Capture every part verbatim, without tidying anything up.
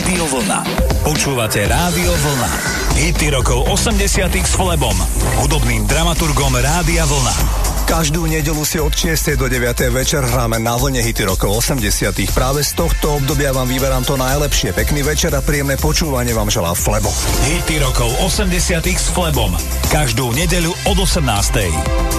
Rádio Vlna. Počúvate Rádio Vlna. Hity rokov osemdesiatych s Flebom, hudobným dramaturgom Rádia Vlna. Každú nedeľu si od šiestej do deviatej večer hráme na Vlne hity rokov osemdesiatych. Práve z tohto obdobia vám vyberám to najlepšie. Pekný večer a príjemné počúvanie vám želá Flebo. Hity rokov osemdesiatych s Flebom. Každú nedeľu od osemnástej.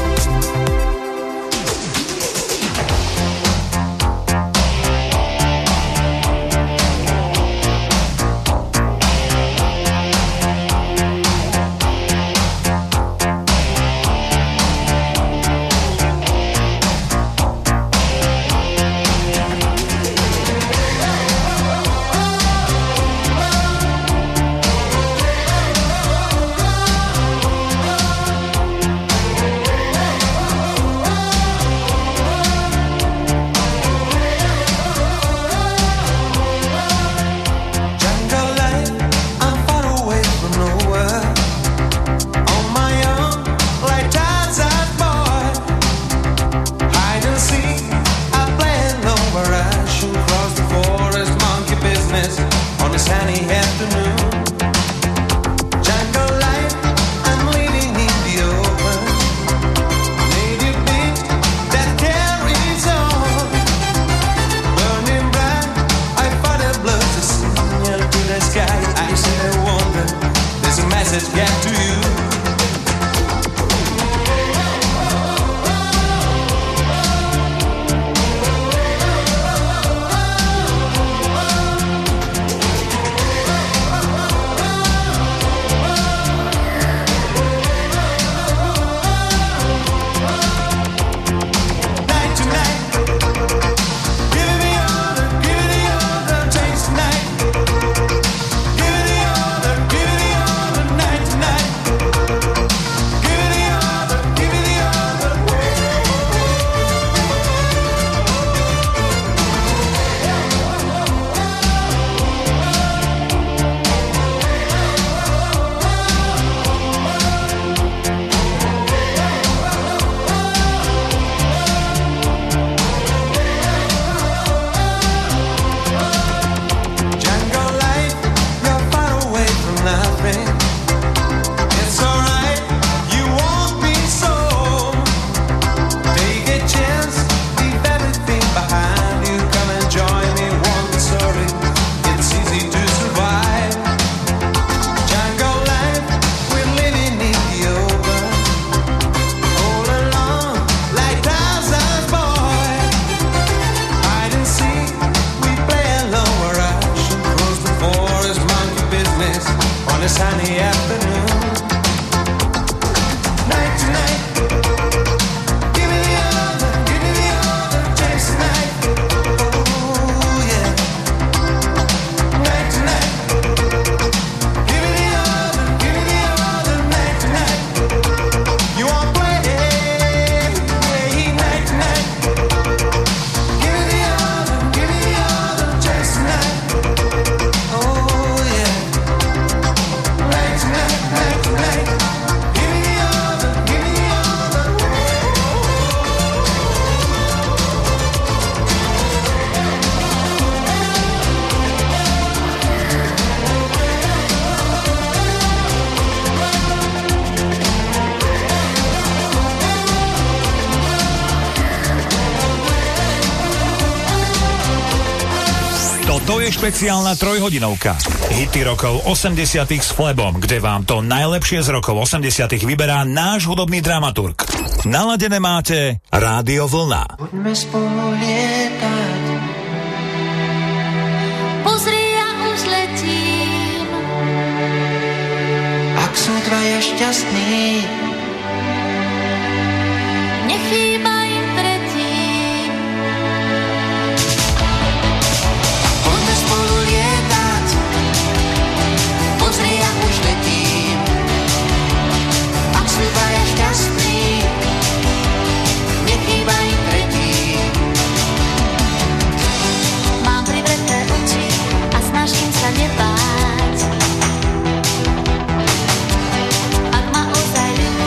To je špeciálna trojhodinovka. Hity rokov osemdesiatych s Flebom, kde vám to najlepšie z rokov osemdesiatych vyberá náš hudobný dramaturg. Naladené máte Rádio Vlna. Poďme spolu lietať. Pozri, ja už letím. Ak sú dvaja šťastní, nechýba im tretí. Poďme spolu lietať. Pozri, ja už letím. Ak sú dvaja šťastní, nechýba im tretí. Mám privreté oči a snažím sa nebáť. Ak ma ozaj ľúbiš,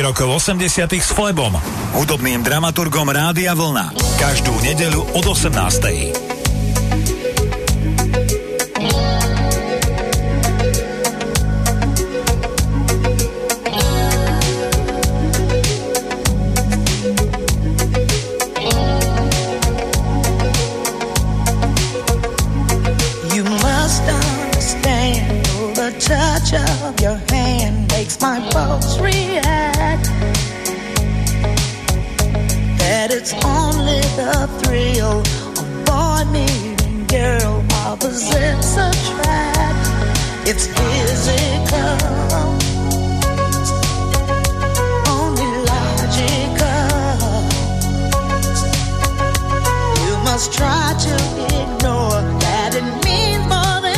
Hity rokov osemdesiatych s Flebom, hudobným dramaturgom Rádia Vlna. Každú nedeľu od osemnástej. Of your hand makes my pulse react. That it's only the thrill of boy meeting girl, opposites attract. It's physical, only logical. You must try to ignore that it means more than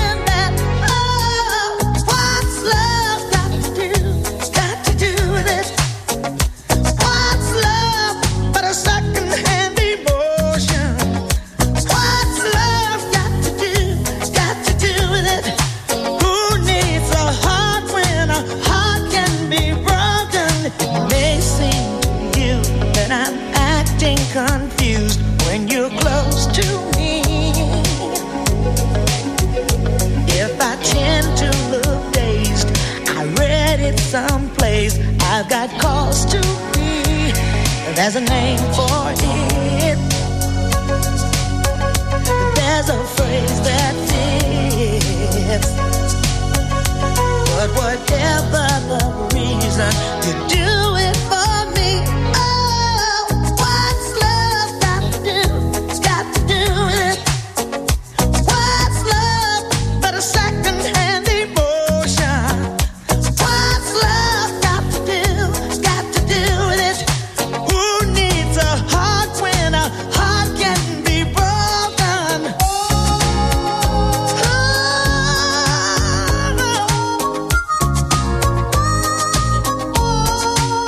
confused when you're close to me. If I tend to look dazed, I read it someplace. I've got cause to be. There's a name for it. There's a phrase that fits. But whatever the reason, you do it for me. Oh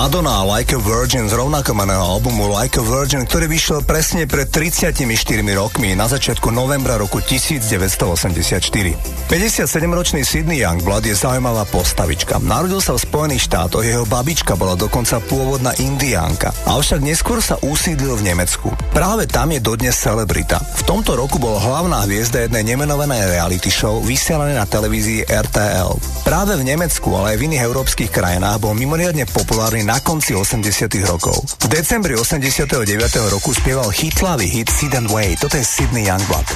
Madonna a Like a Virgin z rovnakomeného albumu Like a Virgin, ktorý vyšiel presne pred tridsiatimi štyrmi rokmi na začiatku novembra roku devätnásťstoosemdesiatštyri. päťdesiatsedemročný Sydney Youngblood je zaujímavá postavička. Narodil sa v Spojených štátoch, jeho babička bola dokonca pôvodná Indiánka, avšak neskôr sa usídlil v Nemecku. Práve tam je dodnes celebrita. V tomto roku bol hlavná hviezda jednej nemenovanej reality show vysielanej na televízii er té el. Práve v Nemecku, ale aj v iných európskych krajinách bol mimoriadne populárny na konci osemdesiatych rokov. V decembri osemdesiateho deviateho roku spieval chytlavý hit Sit and Wait. Toto je Sydney Youngblood.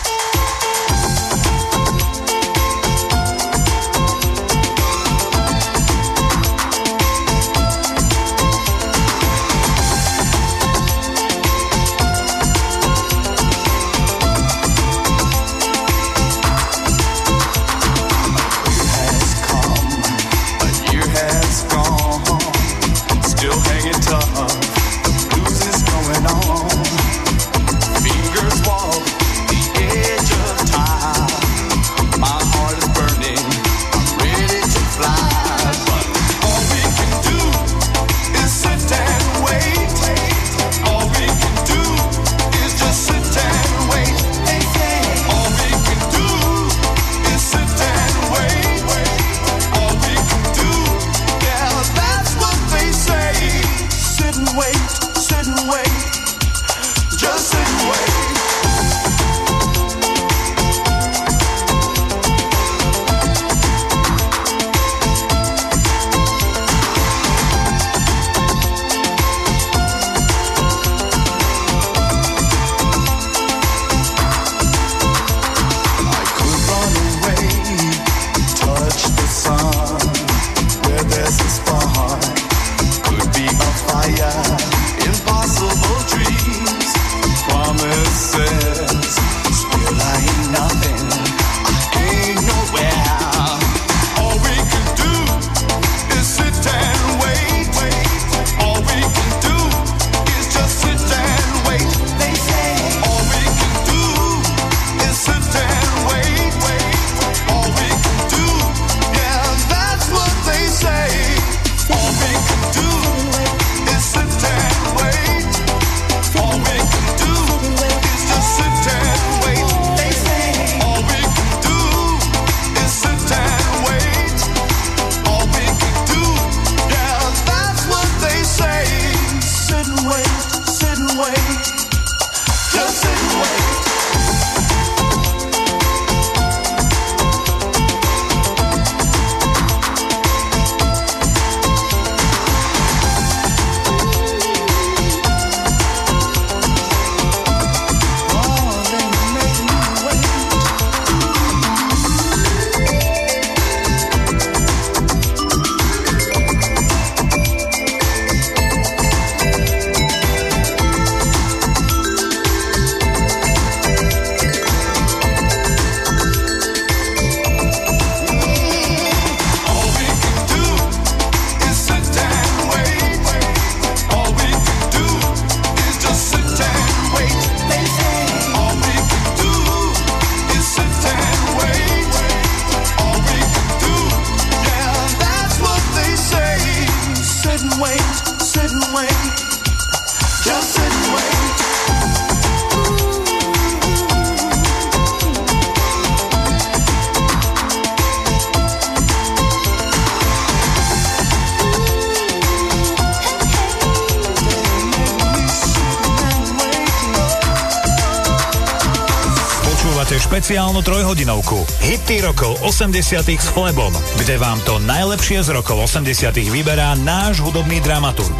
Špeciálnu trojhodinovku Hity rokov osemdesiatych s Flebom, kde vám to najlepšie z rokov osemdesiatych vyberá náš hudobný dramaturg.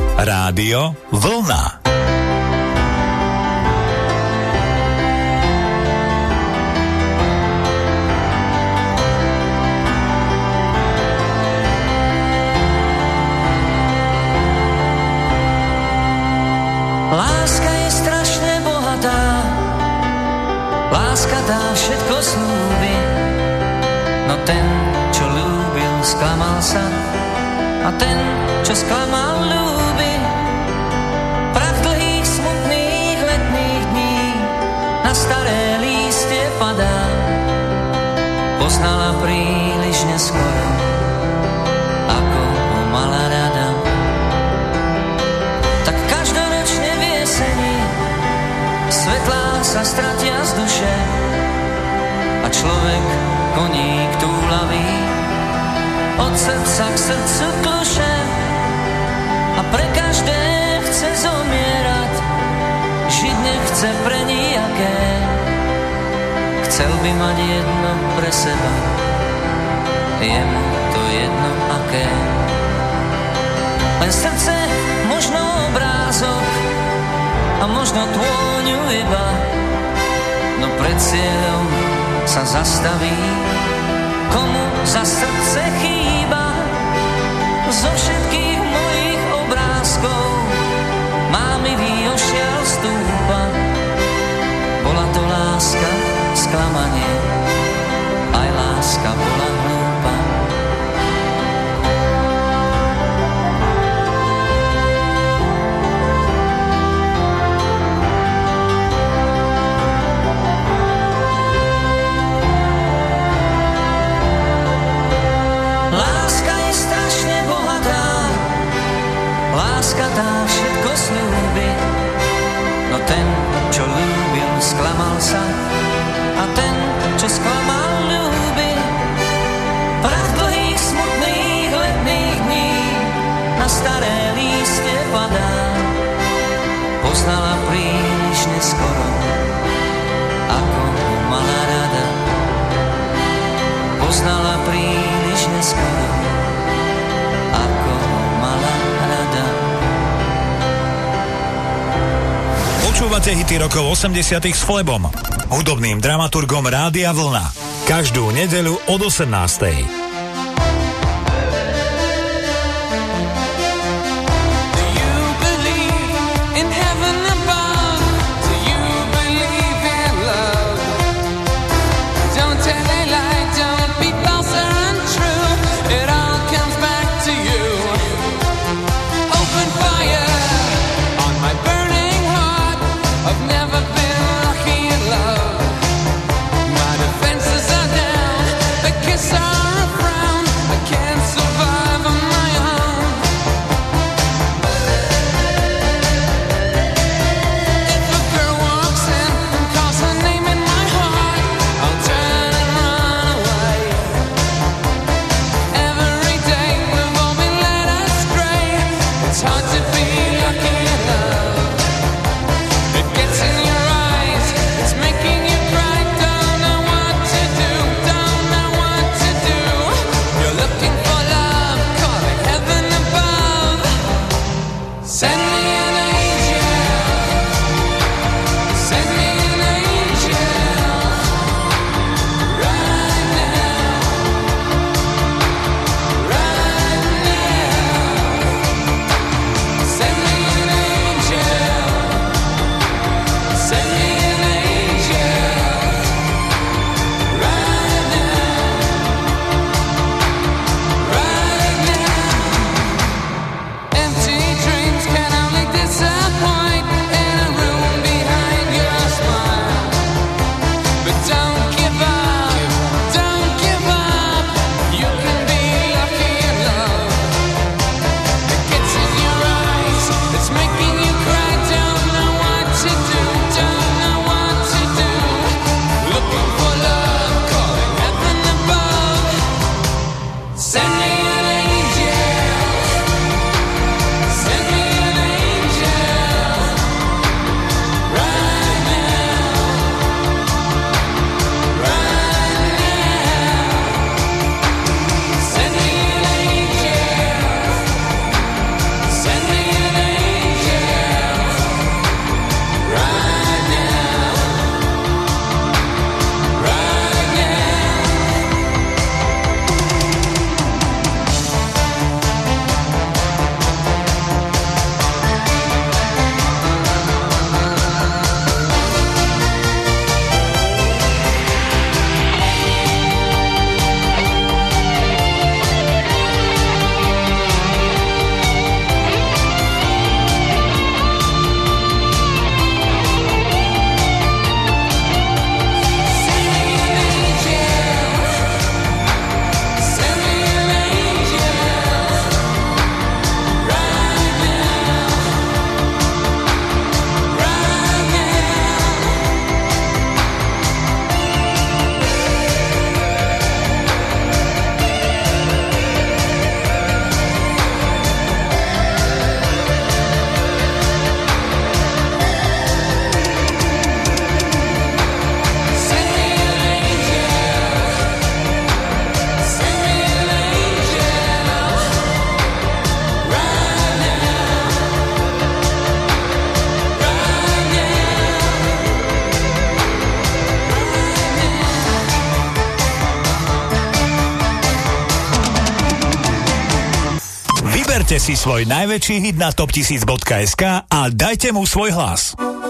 Rádio Vlna. Láska je strašne bohatá, láska dá všetko slúbi, no ten, čo ľúbil, sklamal sa, a ten, čo sklamal, ľúbi. Prach dlhých, smutných letných dní na staré lístie padá, poznala príliš neskoro, ako ho mala rada. stratia z duše a človek koník túlavý od srdca k srdcu kluše a pre každé chce zomierať, žiť nechce pre nijaké, chcel by mať jedno pre seba, je mu to jedno aké. Len srdce, možno obrázok a možno tôňu iba, no pred cieľom sa zastaví, komu za srdce chýba. Zo všetkých mojich obrázkov mámivý ošial stúpa. Bola to láska, sklamanie, aj láska bola hlúpa. Láska tá všetko slúbi, no ten, čo ľúbil, sklamal sa a ten, čo sklamal, ľúbi. Prach dlhých, smutných letných dní na staré lístie padá. Poznala príliš neskoro, ako ho mala rada. Poznala príliš neskoro, ako ho mala rada. Počúvate hity rokov osemdesiatych s Flebom, hudobným dramaturgom Rádia Vlna. Každú nedeľu od osemnástej. Defenses are down, the kiss are Vyberte si svoj najväčší hit na top tisíc bodka es ká a dajte mu svoj hlas.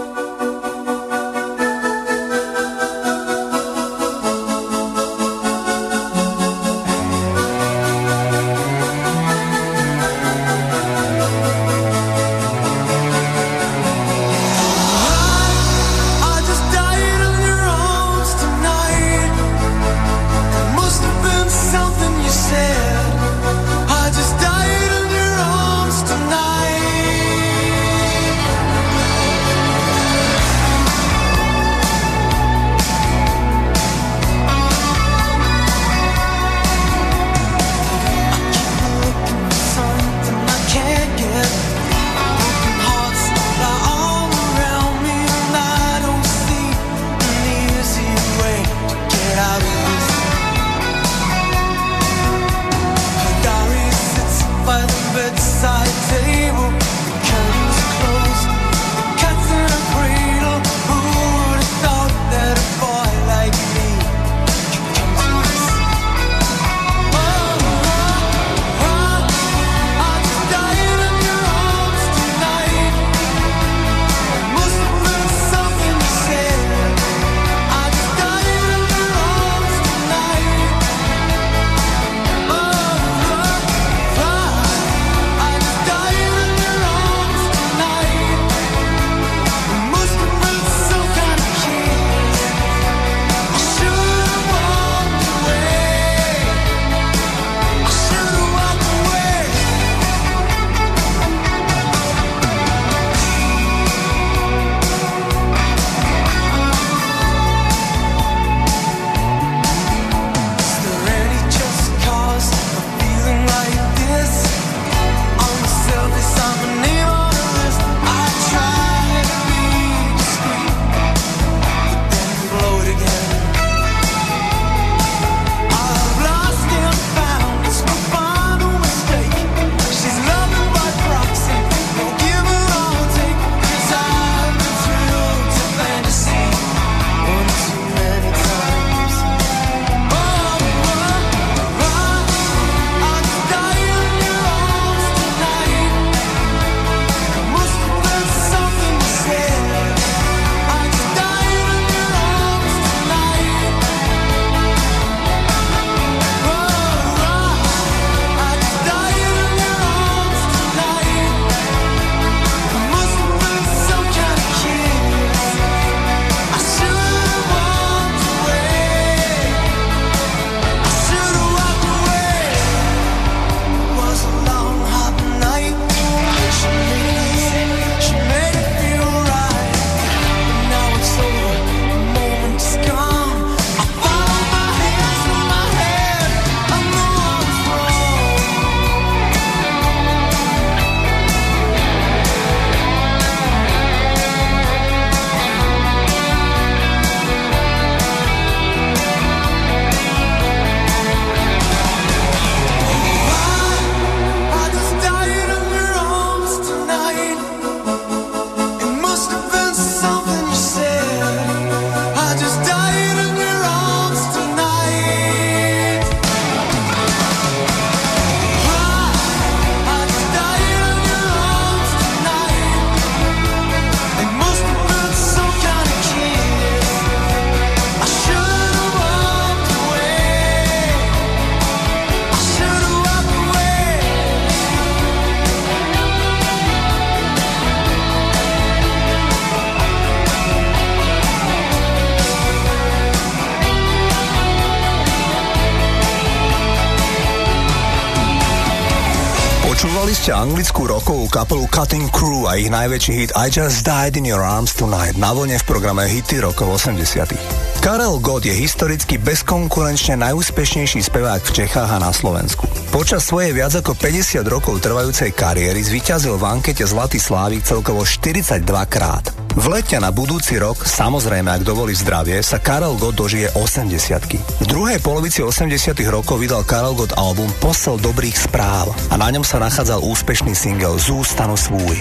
Počúvali ste anglickú rockovú kapelu Cutting Crew a ich najväčší hit I Just Died in Your Arms Tonight na vlne v programe Hity rokov osemdesiatych. Karel Gott je historicky bezkonkurenčne najúspešnejší spevák v Čechách a na Slovensku. Počas svojej viac ako päťdesiat rokov trvajúcej kariéry zvíťazil v ankete Zlatý Slávik celkovo štyridsaťdva krát. V lete na budúci rok, samozrejme ak dovolí zdravie, sa Karel Gott dožije osemdesiatky. V druhej polovici osemdesiatych rokov vydal Karel Gott album Posel dobrých správ a na ňom sa nachádzal úspešný single Zůstanu svůj.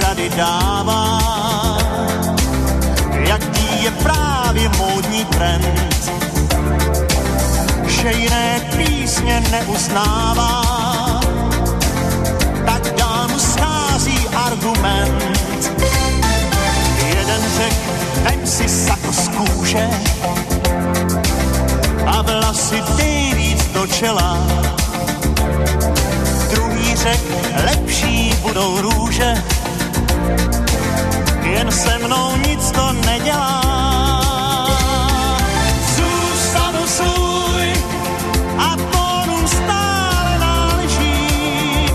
rady dává, jaký je právě módní trend, že jiné písně neuznává, tak dál mu schází argument. Jeden řek, vem si sako z kůže a vlasy dej víc do čela. Druhý řek, lepší budou růže, jen se mnou nic to nedělá. Zůstanu svůj a tónům stále náležím.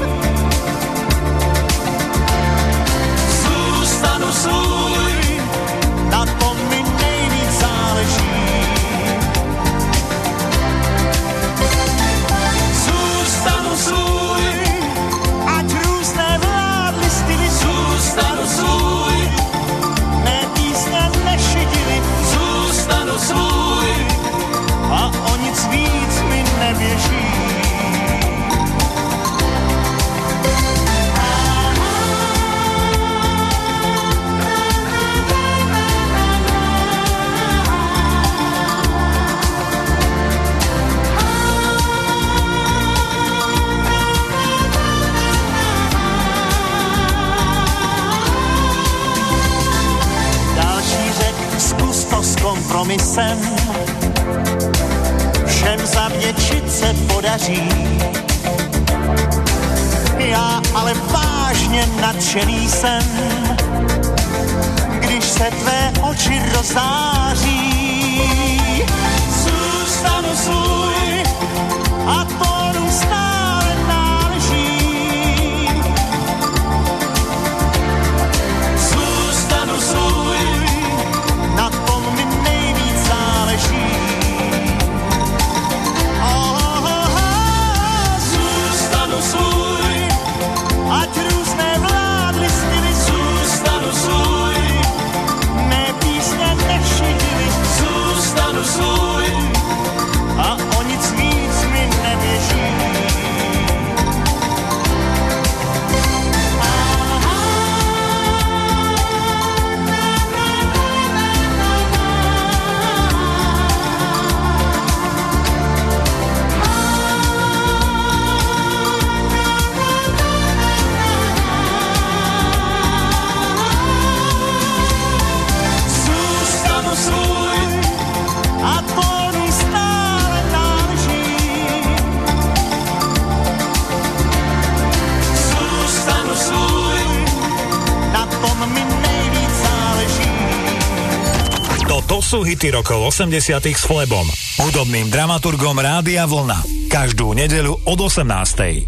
Zůstanu svůj, na tom mi nejvíc záleží. Zůstanu svůj, ať různé vládly styly. Zůstanu svůj, mé písně nešidily. Zůstanu svůj a o nic víc mi neběží. Kompromisem všem zavděčit se podaří. Já ale vážně nadšený jsem, když se tvé oči rozáří. Zůstanu svůj a tónům stále náleží. Zůstanu svůj, na tom mi nejvíc záleží. Oh, oh, oh, zůstanu svůj, ať různé vládly styly. Zůstanu svůj, mé písně nešidily. Zůstanu svůj a o nic víc mi neběží. To sú hity rokov osemdesiatych s Flebom, hudobným dramaturgom Rádia Vlna. Každú nedeľu od osemnástej.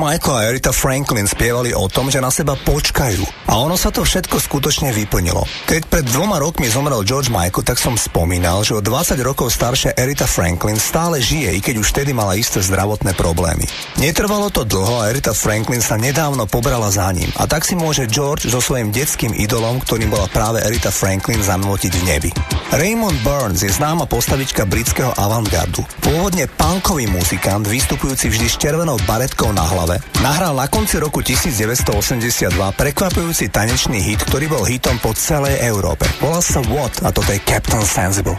Michael a Aretha Franklin spievali o tom, že na seba počkajú. A ono sa to všetko skutočne vyplnilo. Keď pred dvoma rokmi zomrel George Michael, tak som spomínal, že o dvadsať rokov staršia Aretha Franklin stále žije, i keď už vtedy mala isté zdravotné problémy. Netrvalo to dlho a Aretha Franklin sa nedávno pobrala za ním. A tak si môže George so svojím detským idolom, ktorým bola práve Aretha Franklin, zanmotiť v nebi. Raymond Burns je známa postavička britského avantgardu. Pôvodne punkový muzikant, vystupujúci vždy s červenou baretkou na hlave, nahral na konci roku devätnásťstoosemdesiatdva prekvapujúci tanečný hit, ktorý bol hitom po celej Európe. Volá sa What a toto je Captain Sensible.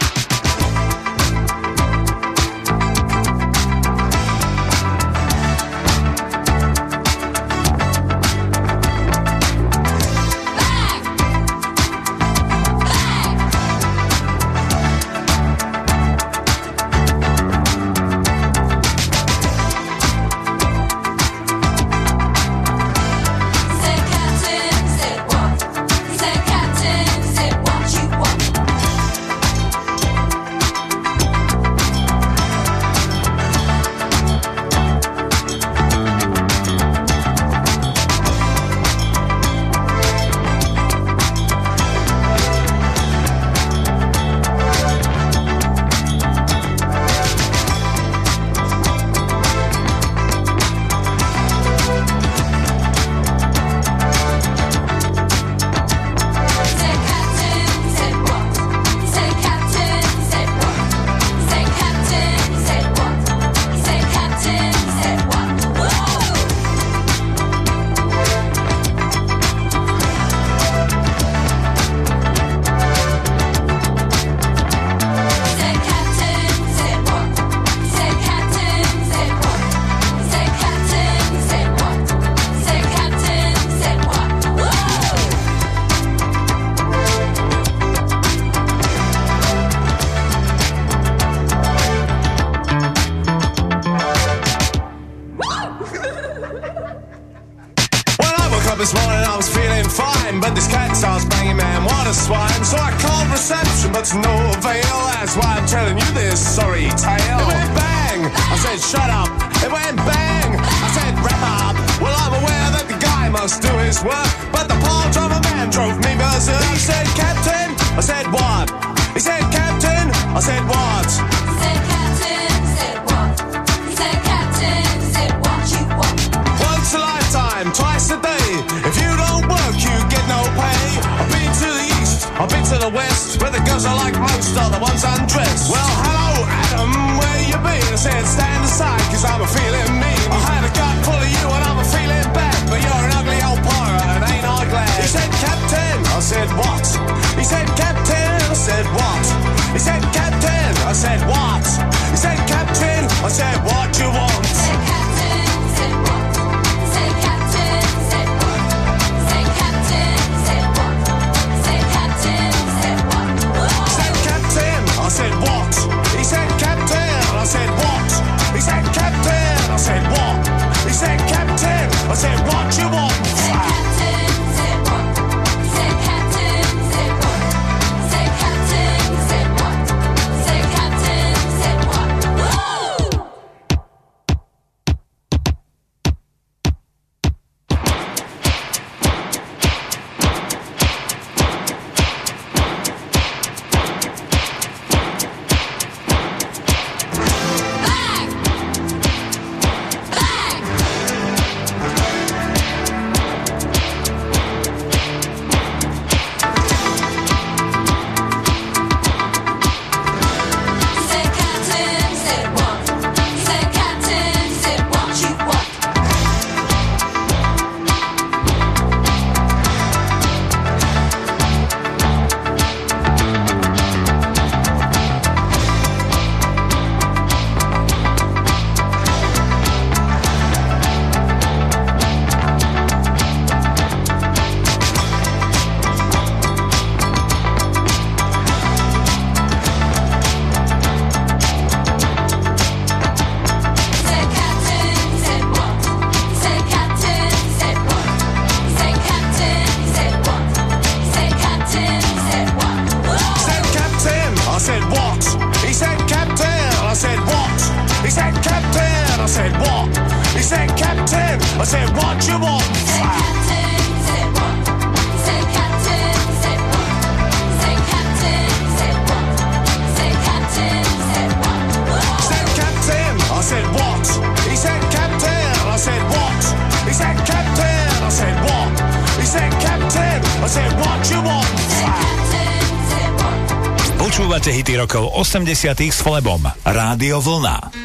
I said, what you want? Say captain, say what? Say captain, say what? Say captain, say what? Say captain, say what? Said captain, I said what? He said captain, I said what? He said captain, I said what? He said captain, I said what you want? Say captain, say what? Počúvate hity rokov osemdesiatych s Flebom. Rádio Vlna.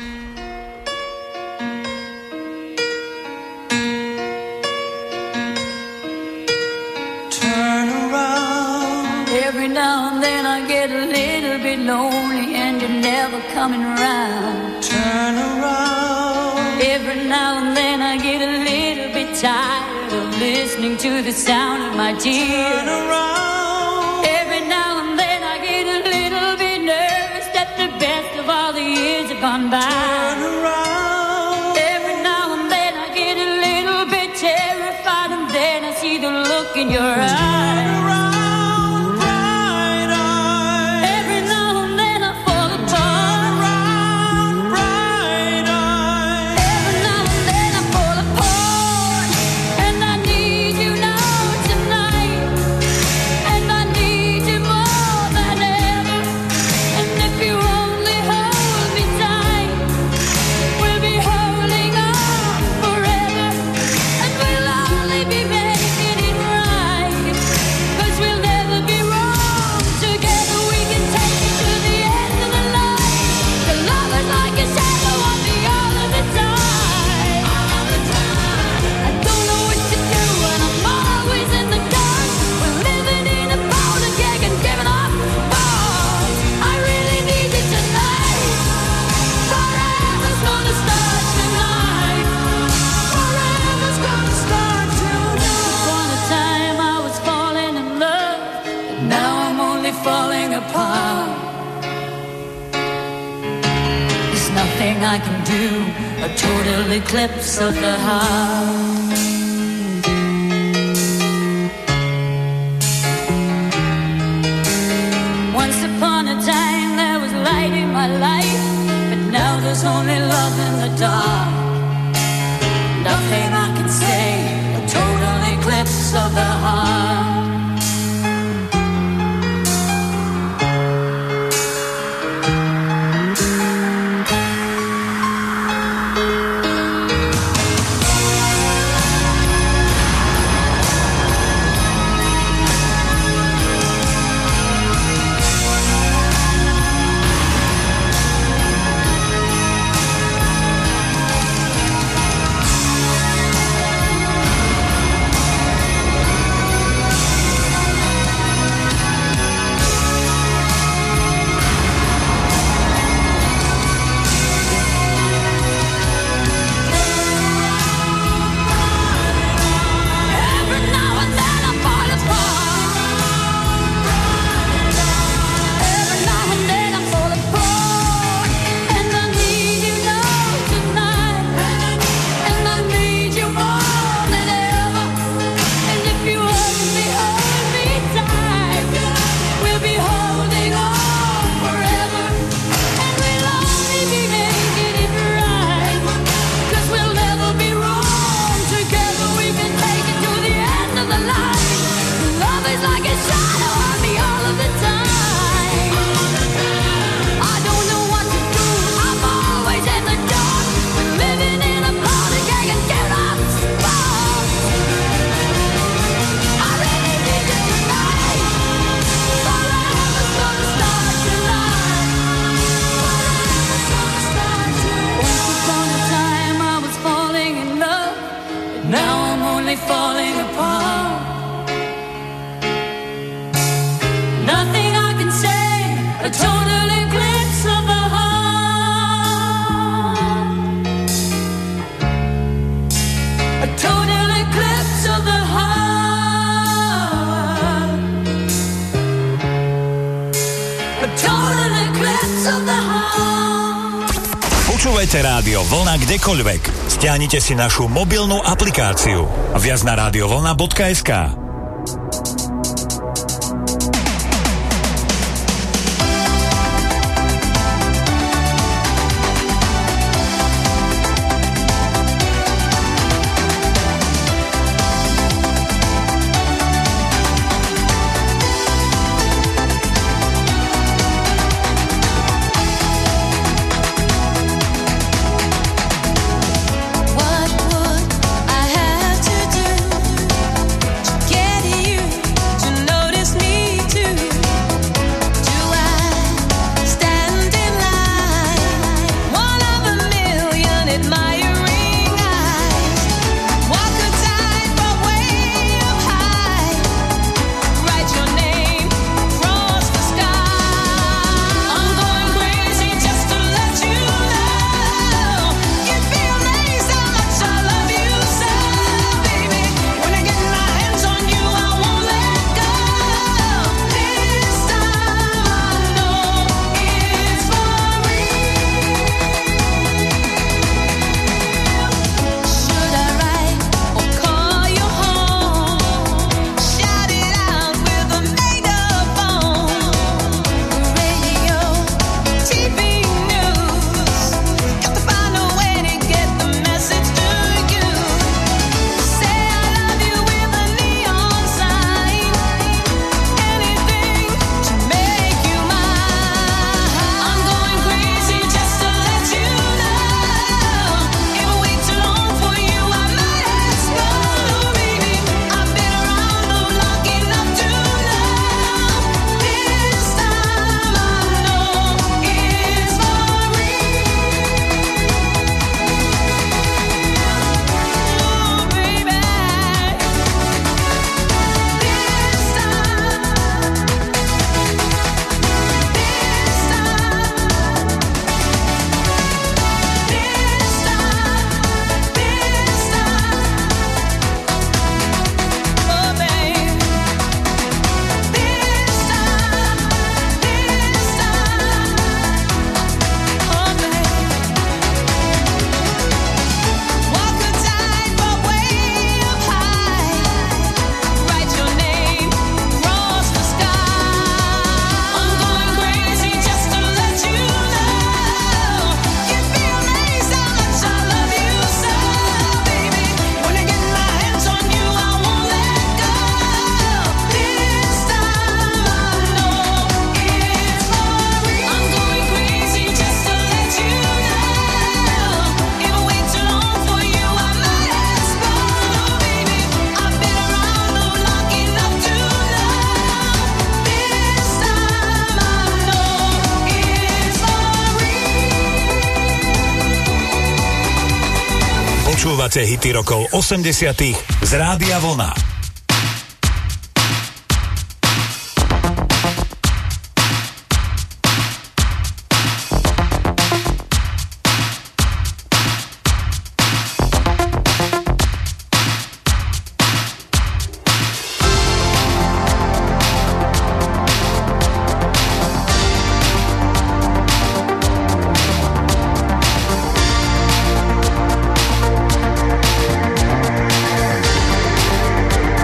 Every now and then I get a little bit lonely and you're never coming around. Turn around. Every now and then I get a little bit tired of listening to the sound of my tears. Turn around. Every now and then I get a little bit nervous that the best of all the years have gone by. Turn around. Every now and then I get a little bit terrified and then I see the look in your eyes. I can do a total eclipse of the heart. Once upon a time there was light in my life, but now there's only love in the dark. Nothing I can say, a total eclipse of the heart. Počúvajte Rádio Vlna kdekoľvek. Stiahnite si našu mobilnú aplikáciu. Viac na radiovlna bodka es ká. Počúvate hity rokov osemdesiatych z Rádia Vlna. Thank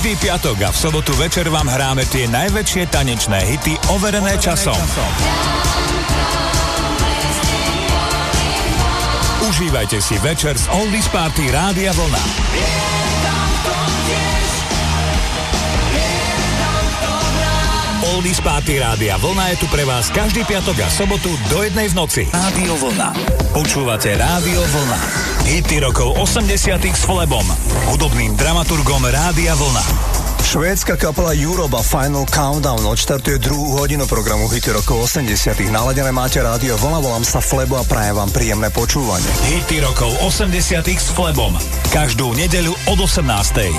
Každý piatok a v sobotu večer vám hráme tie najväčšie tanečné hity overené časom. Užívajte si večer z Oldies Party Rádia Vlna. Oldies Party Rádia Vlna je tu pre vás každý piatok a sobotu do jednej v noci. Rádio Vlna. Počúvate Rádio Vlna. Hity rokov osemdesiatych s Flebom, hudobným dramaturgom Rádia Vlna. Švédska kapela Europe a Final Countdown odštartuje druhú hodinu programu Hity rokov osemdesiatych. Naladené máte Rádio Vlna, volám sa Flebo a prajem vám príjemné počúvanie. Hity rokov osemdesiatych s Flebom. Každú nedeľu od osemnástej.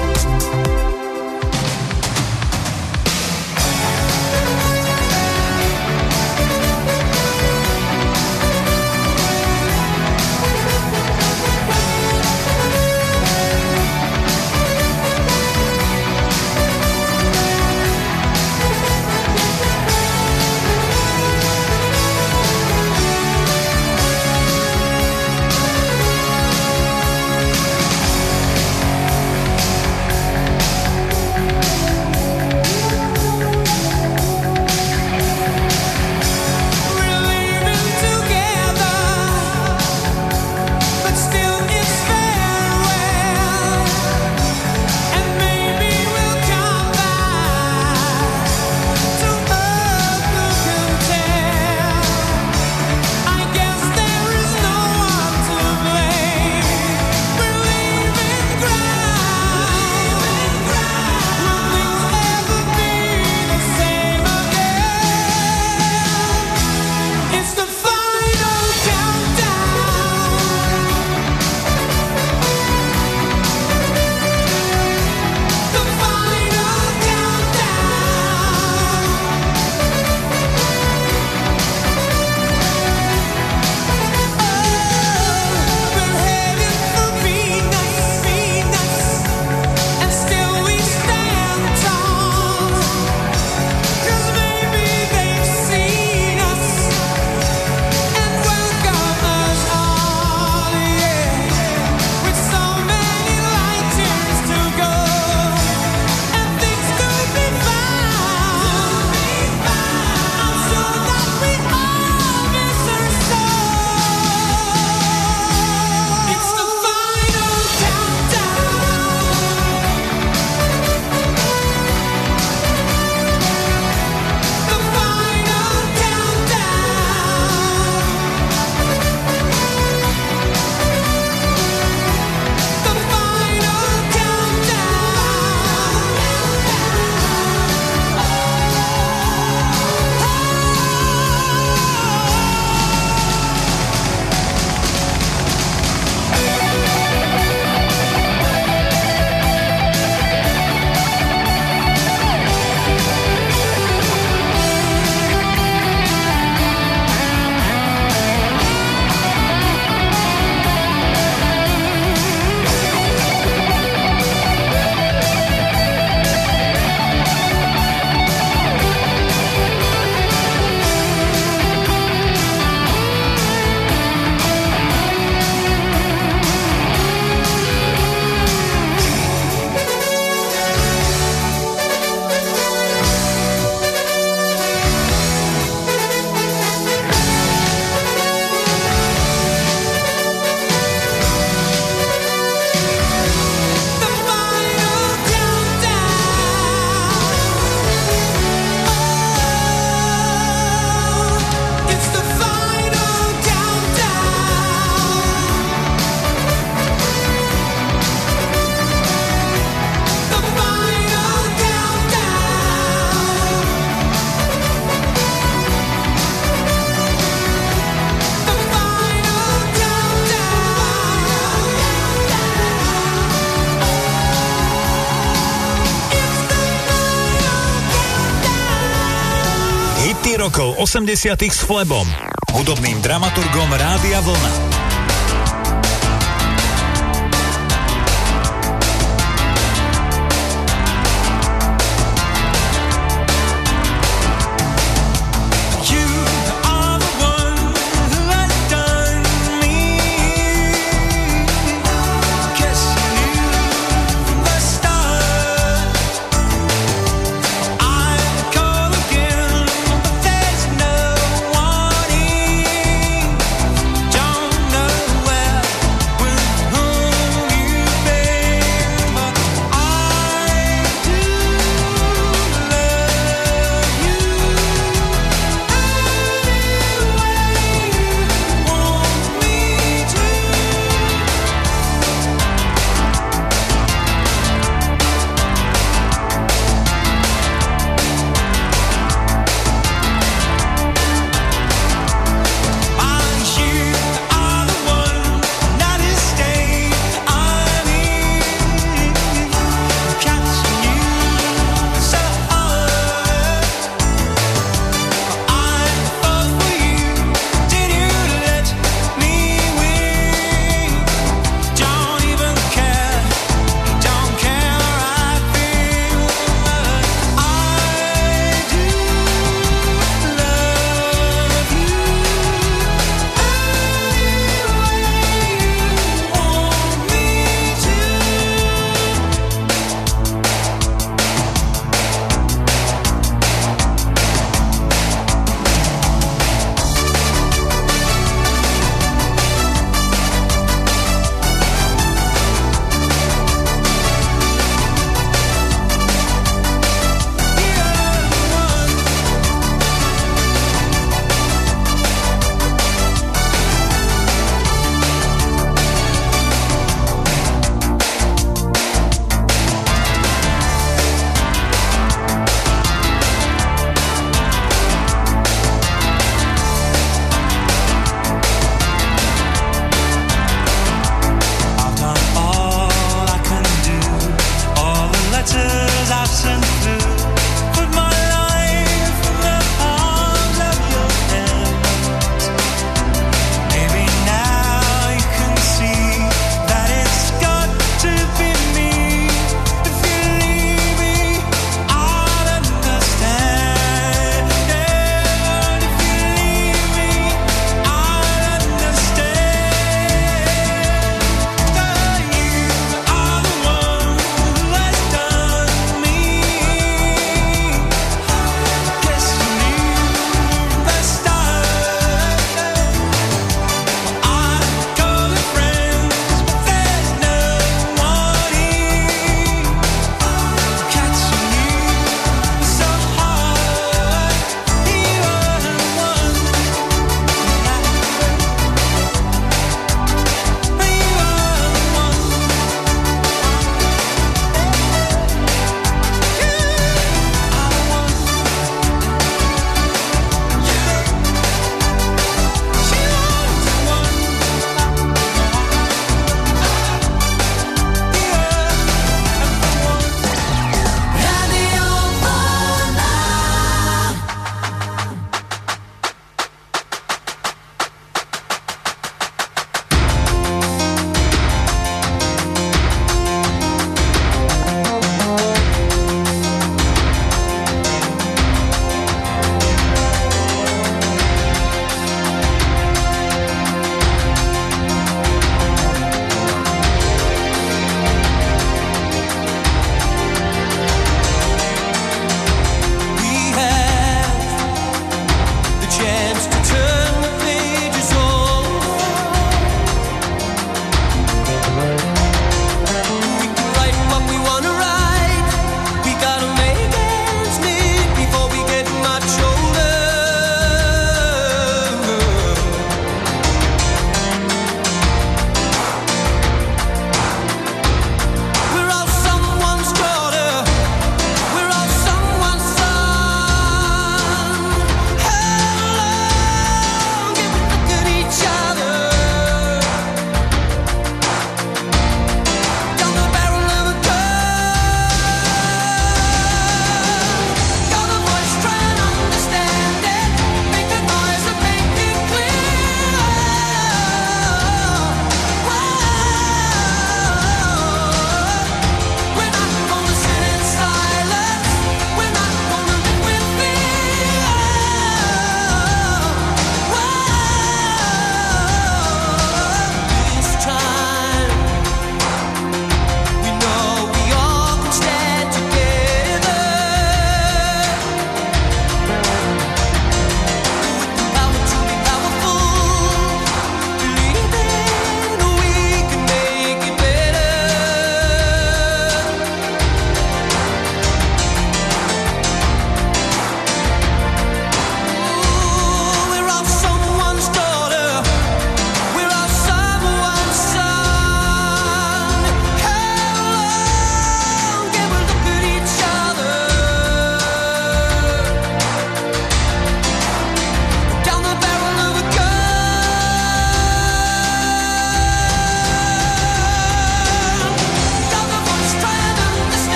rokov osemdesiatych s Flebom, hudobným dramaturgom Rádia Vlna.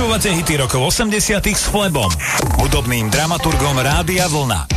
Počúvate hity rokov osemdesiatych s Flebom, hudobným dramaturgom Rádia Vlna.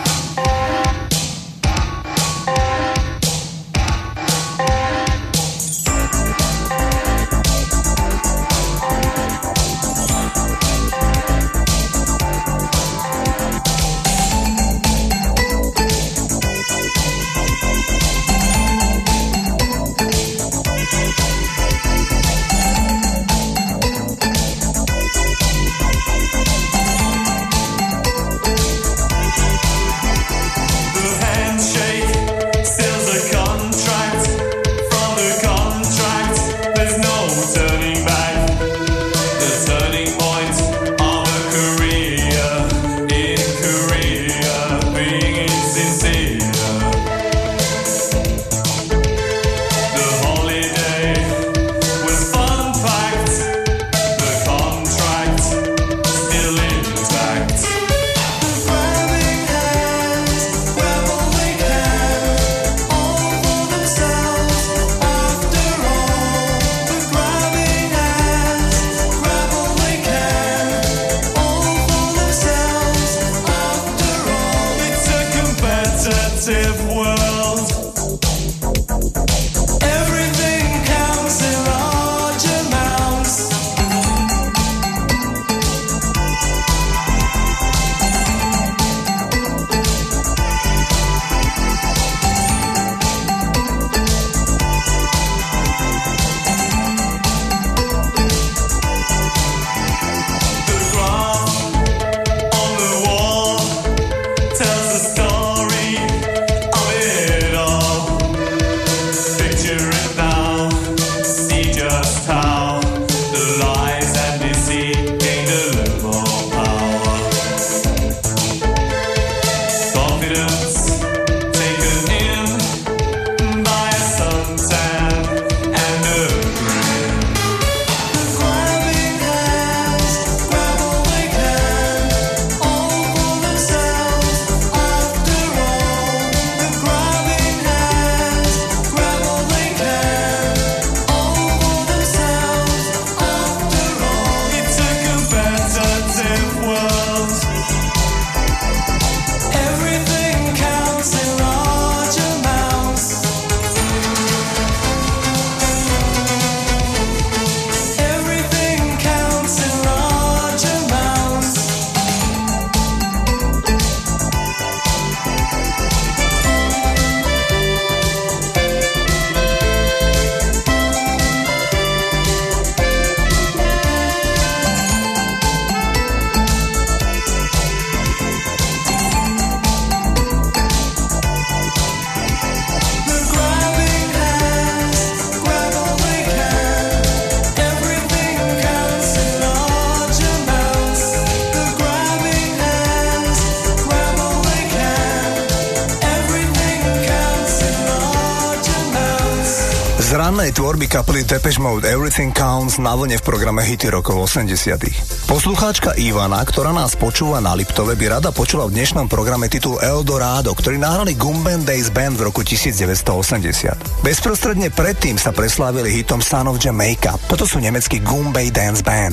Z rannej tvorby kapely Depeche Mode Everything Counts na vlne v programe hity rokov osemdesiatych. Poslucháčka Ivana, ktorá nás počúva na Liptove, by rada počula v dnešnom programe titul Eldorado, ktorý nahrali Gumben Days Band v roku devätnásťstoosemdesiat. Bezprostredne predtým sa preslávili hitom Son of Jamaica. Toto sú nemecký Goombay Dance Band.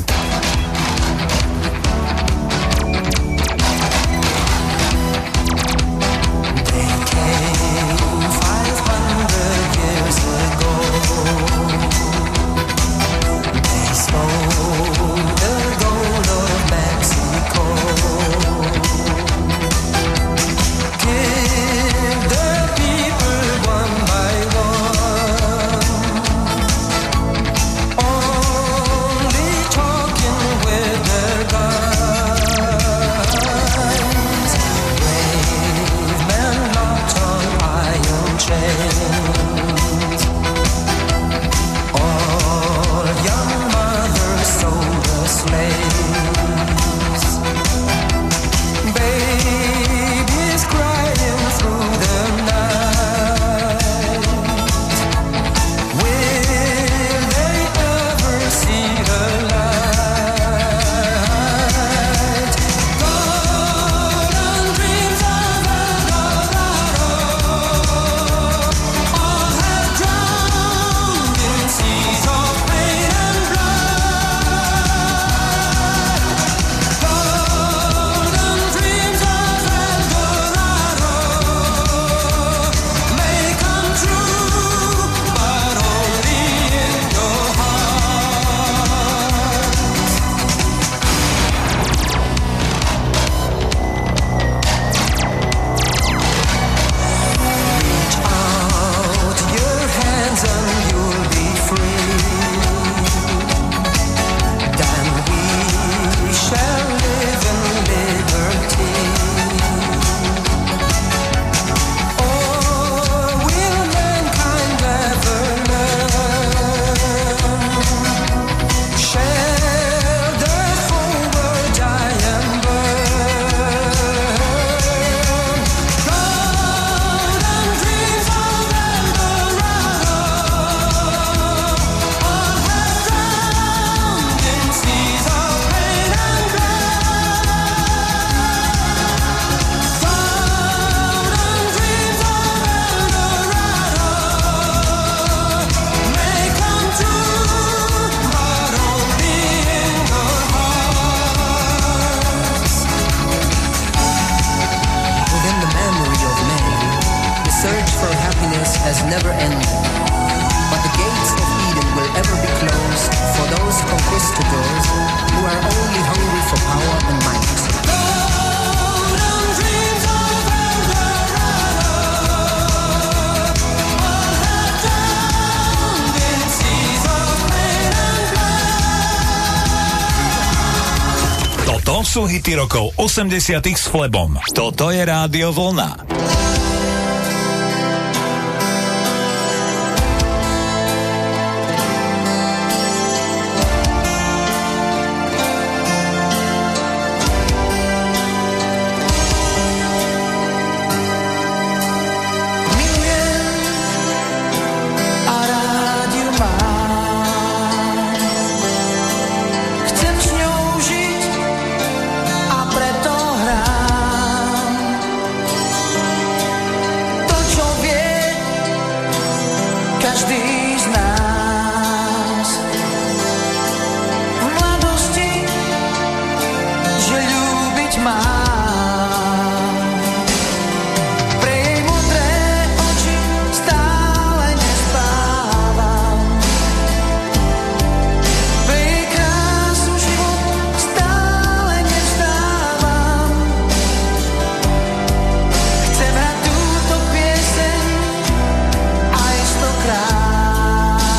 Only talking this to those who are only hungry for power and might. Toto sú hity rokov osemdesiatych s Flebom. Toto je Rádio Vlna. Aj stokrát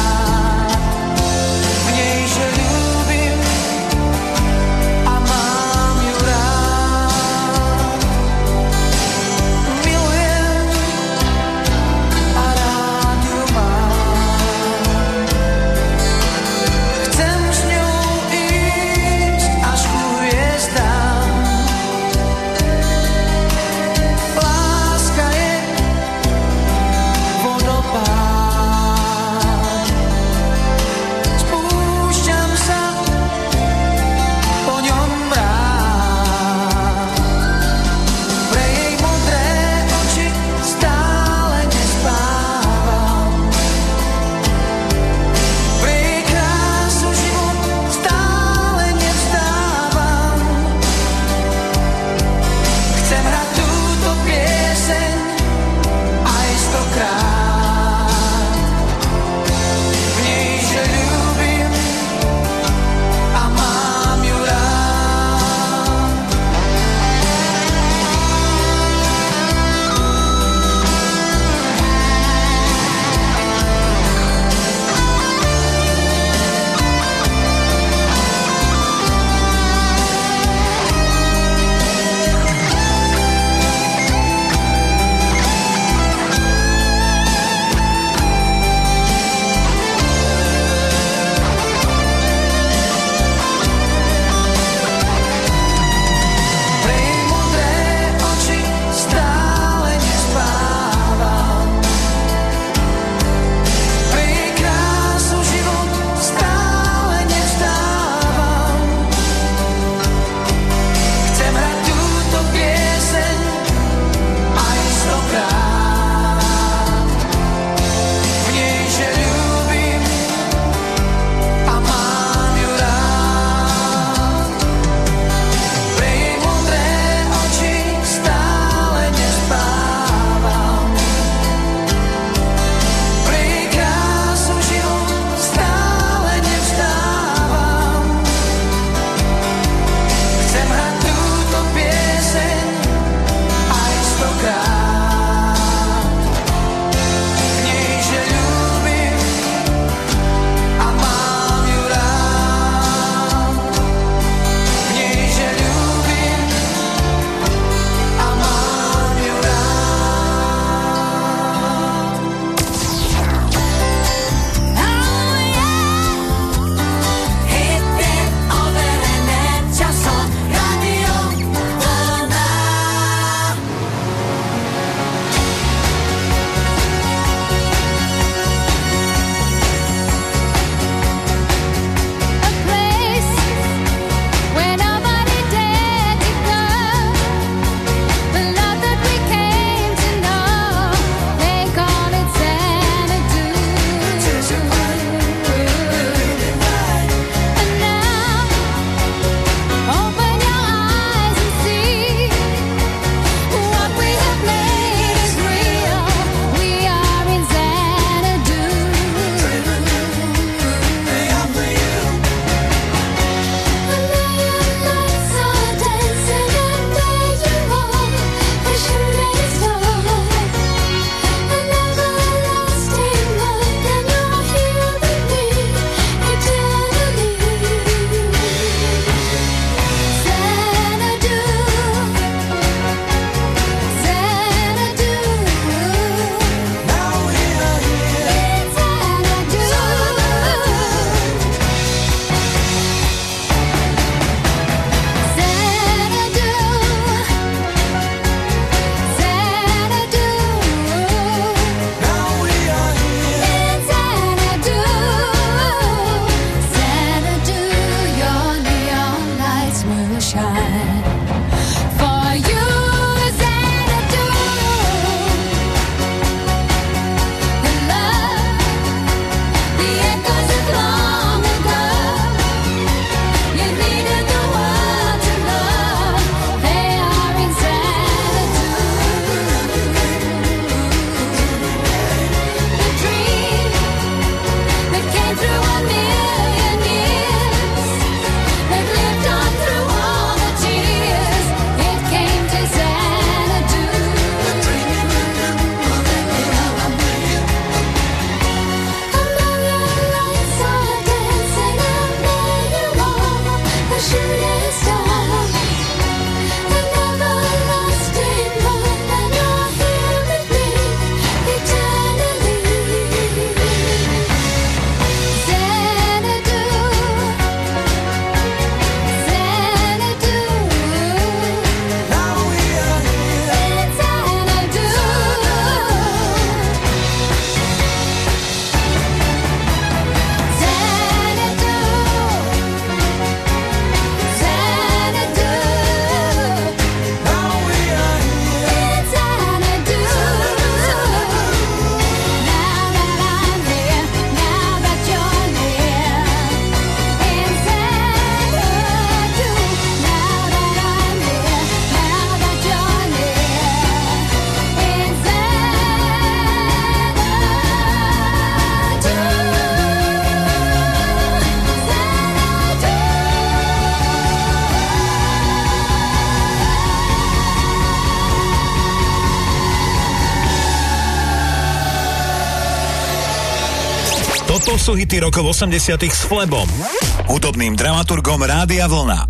Toto sú hity rokov osemdesiatych s Flebom, hudobným dramaturgom Rádia Vlna.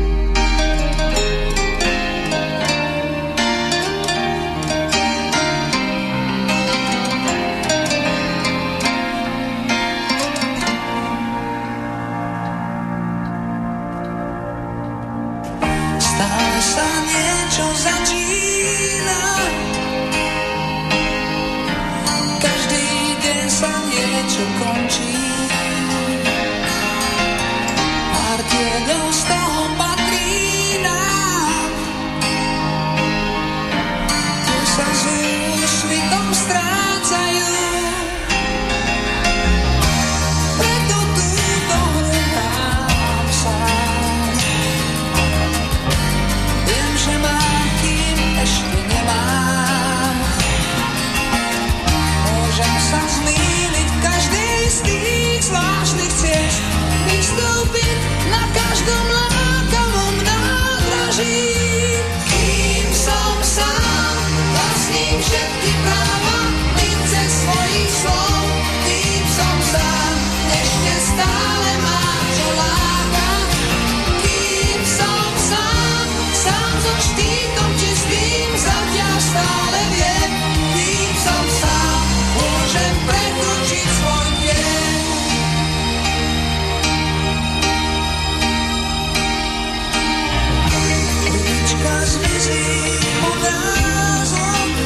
Stále sa niečo začína, každý deň sa niečo končí. Pár tieňov z toho patrí nám, tie sa s úsvitom strácajú. Preto túto hru hrám sám. Viem, že mám, kým ešte nemám. Môžem sa zmýliť v každej z tých zvláštnych ciest, vystúpiť na každom lákavom nádraží. Kým som sám, vlastním všetky práva, mince svojich slov. Kým som sám, ešte stále mám čo lákať. Kým som sám, sám so štítom čistým, zatiaľ stále viem. Kým som sám, môžem prekročiť svoj deň. Ulička zmizí obrázom,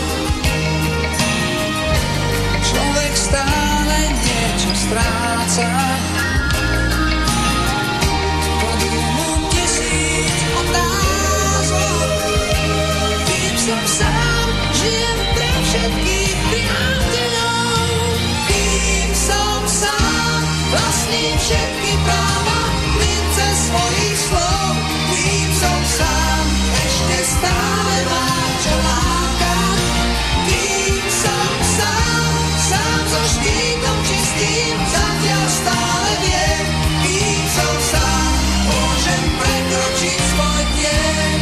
človek stále niečo stráca. Kladú mu tisíc otázok. Kým som sám, žijem pre všetkých priateľov. Kým som sám, vlastním všetky práva, mince svojich slov. Kým som sám, ešte stále mám čo lákať. Kým som sám, sám so štítom čistým, zatiaľ stále viem. Kým som sám, môžem prekročiť svoj deň.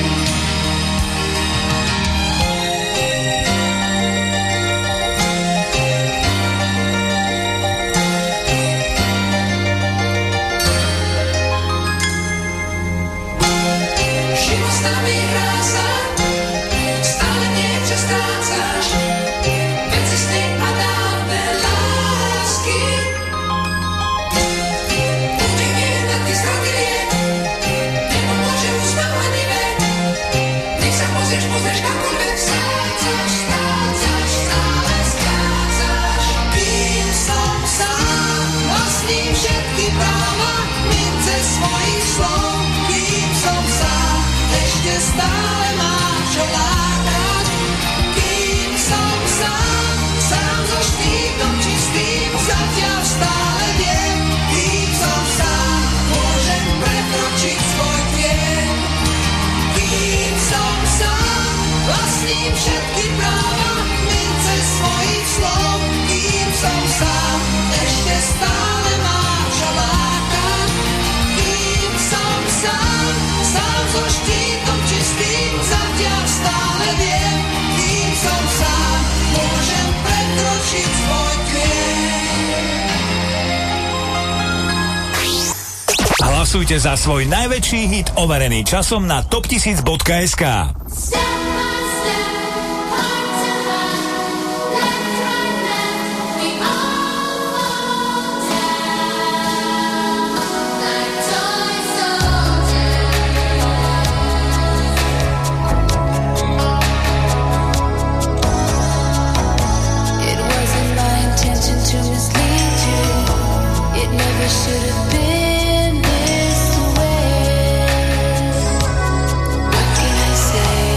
Život s nami hrá sa, stále niečo strácaš. Veci sny a dávne lásky. Budem jednať ty straty riek, nepomôže úsmev ani vek. Nech sa pozrieš, pozrieš kamkoľvek, strácaš, strácaš, stále strácaš. Kým som sám, vlastním všetky práva, mince svojich slov. Kým som sám, ešte stále mám čo lákať. Kým som sám, sám so štítom čistým, zatiaľ stále viem. Kým som sám, môžem prekročiť svoj deň. Kým som sám, vlastním všetky práva, mince svojich slov. Kým som sám, ešte stále mám čo lákať. Kým som sám, sám so štítom čistým, zatiaľ stále viem. Kým som sám, môžem prekročiť svoj deň. Hlasujte za svoj najväčší hit overený časom na top tisíc bodka es ká. Step by step, heart to heart, left, right, left, we all fall down like toy soldiers. It wasn't my intention to mislead you. It never should have been this way. What can I say?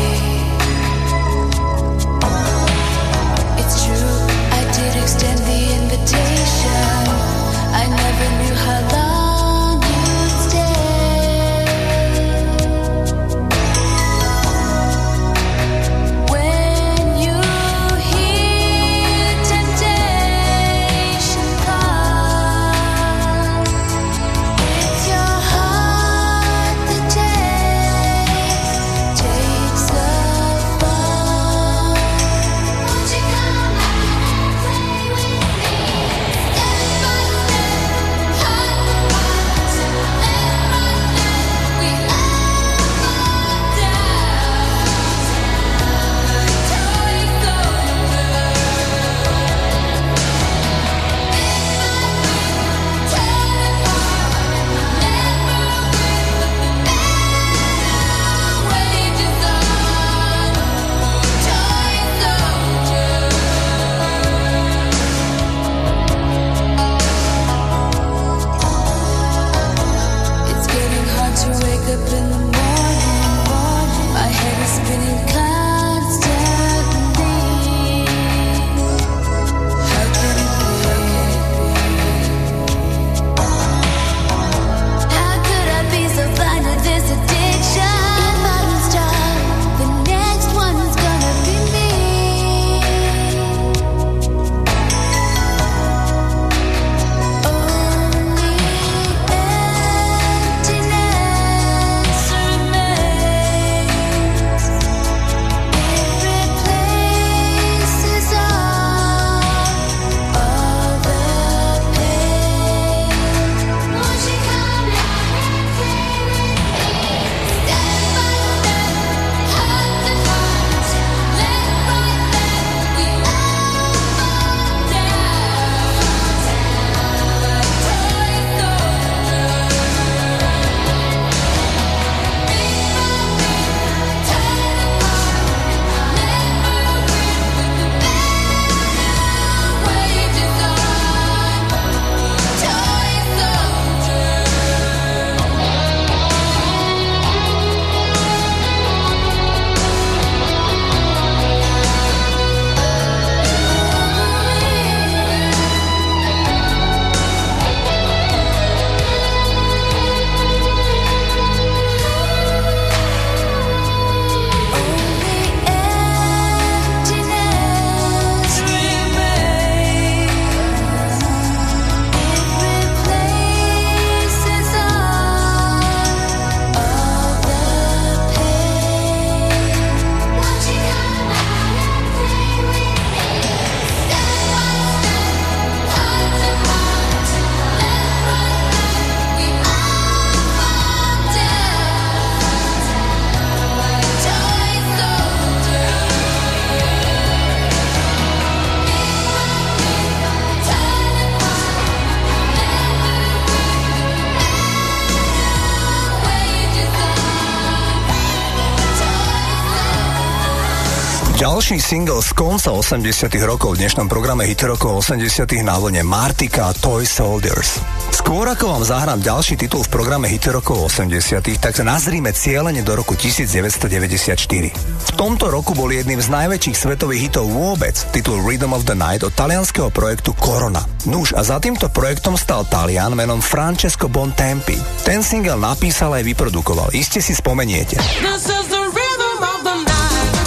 Ďalší single z konca osemdesiatych rokov v dnešnom programe Hity rokov osemdesiatych na vlne Martika a Toy Soldiers. Skôr ako vám zahrám ďalší titul v programe Hity rokov osemdesiatych, tak sa nazrime cieľene do roku devätnásťstodeväťdesiatštyri. V tomto roku bol jedným z najväčších svetových hitov vôbec titul Rhythm of the Night od talianskeho projektu Corona. Nuž a za týmto projektom stal Talian menom Francesco Bontempi. Ten single napísal aj vyprodukoval. Iste si spomeniete. This is the rhythm of the night.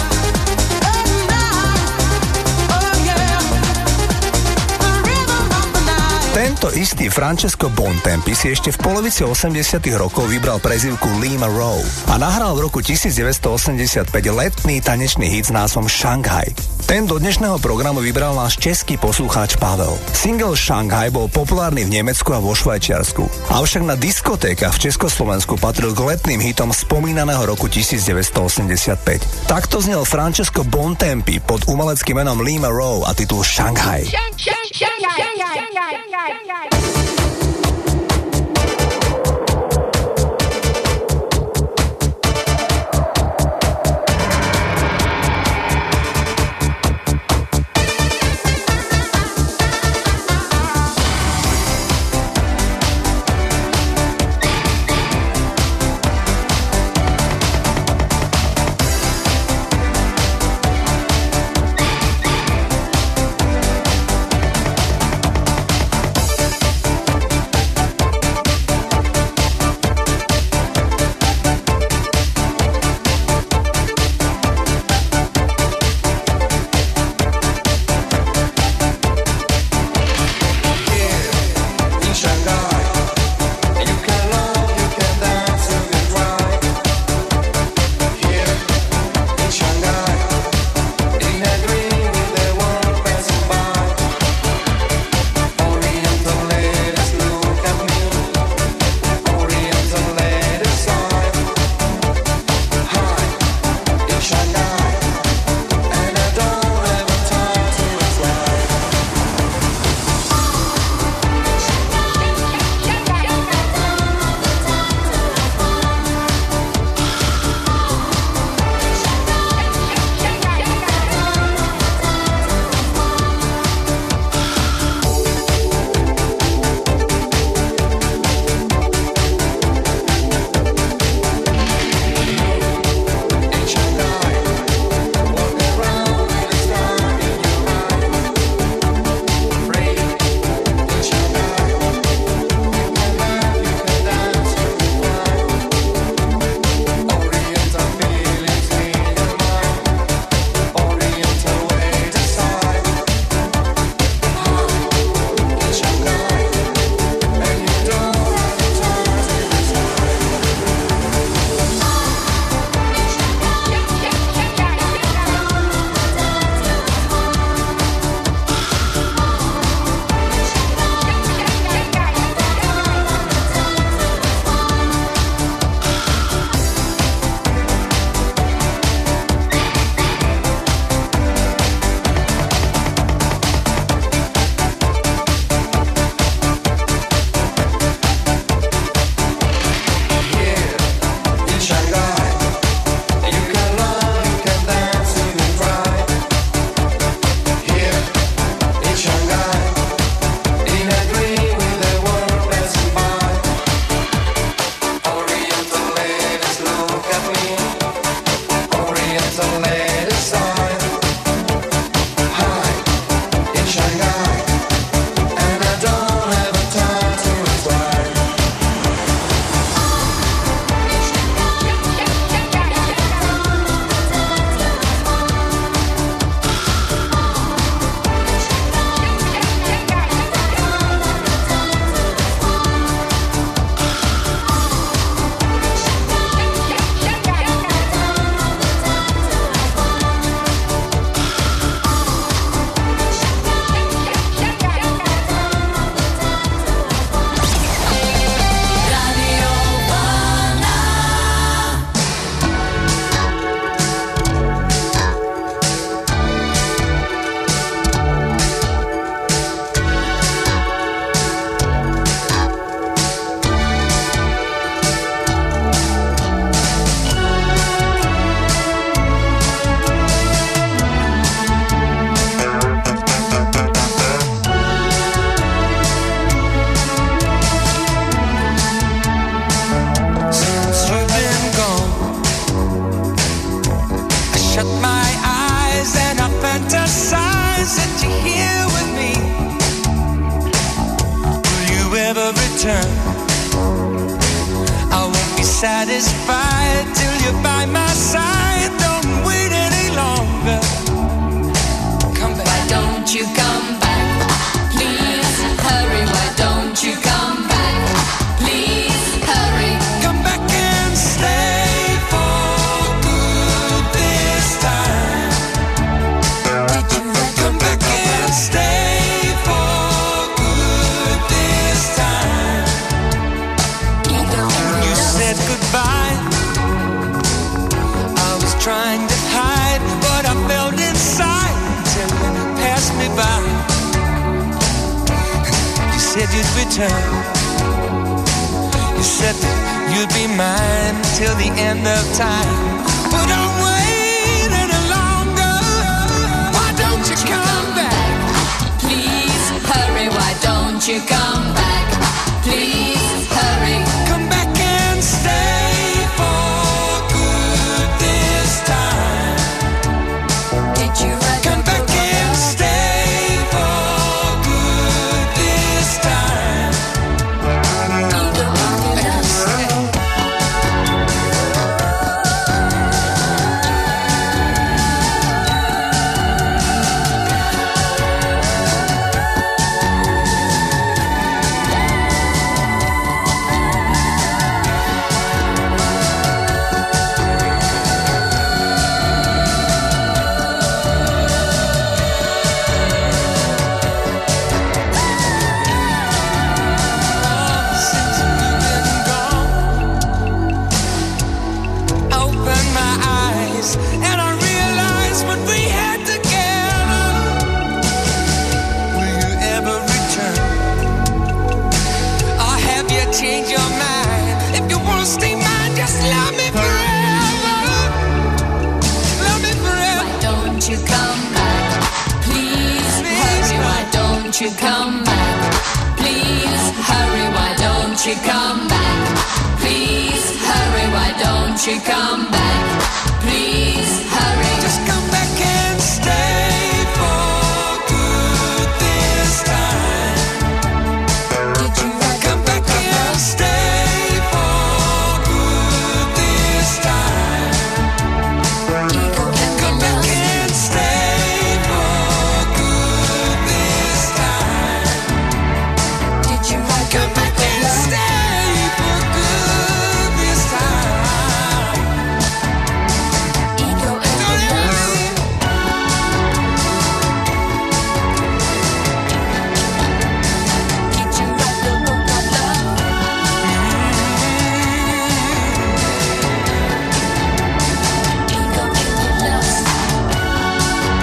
Tento istý Francesco Bontempi si ešte v polovici osemdesiatych rokov vybral prezývku Lima Row a nahral v roku devätnásťstoosemdesiatpäť letný tanečný hit s názvom Shanghai. Ten do dnešného programu vybral náš český poslucháč Pavel. Single Shanghai bol populárny v Nemecku a vo Švajčiarsku, avšak na diskotékach v Československu patril k letným hitom spomínaného roku devätnásťstoosemdesiatpäť. Takto znel Francesco Bontempi pod umeleckým menom Lima Row a titul Shanghai. return. I won't be satisfied till you're by my side. Don't wait any longer. Come back. Why don't you come back? Please hurry. Why don't you come back? Please hurry. Come back and stay for good this time. Did you Come back and stay for good this time. You said goodbye. I was trying to hide what I felt inside till you passed me by. You said you'd return. You said that you'd be mine till the end of time. But don't wait any longer. Why don't you come back? Please hurry. Why don't you come back? Please hurry. Come back and stay for good this time. Did you write Come the back book of and love? stay for good this time. Eagle of love. Since you've been gone, I opened my eyes and I realized what we had together. Will you ever return? Or have you changed your mind? If you wanna stay mine, just love me forever. Love me forever. Why don't you come back? Please hurry. Why don't you come back? Please hurry. Why don't you come back? Please hurry. Why don't you come back? Please hurry. Just come back and stay for good this time. Did you write Come back and stay for good this time. Eagle of Come back love? and stay for good this time. Did you write the Come back book of and love? stay for good this time. Eagle of Don't ever love. leave. Did you write the book of love? Eagle of love.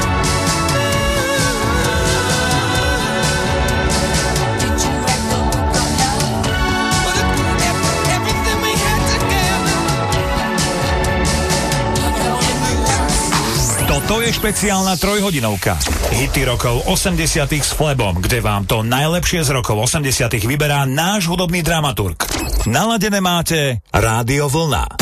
Did you write the book of love? Well, if- if- everything we had together. Eagle of love. Toto je špeciálna trojhodinovka. Hity rokov osemdesiatych s Flebom, kde vám to najlepšie z rokov osemdesiatych vyberá náš hudobný dramaturg. Naladené máte Rádio Vlna.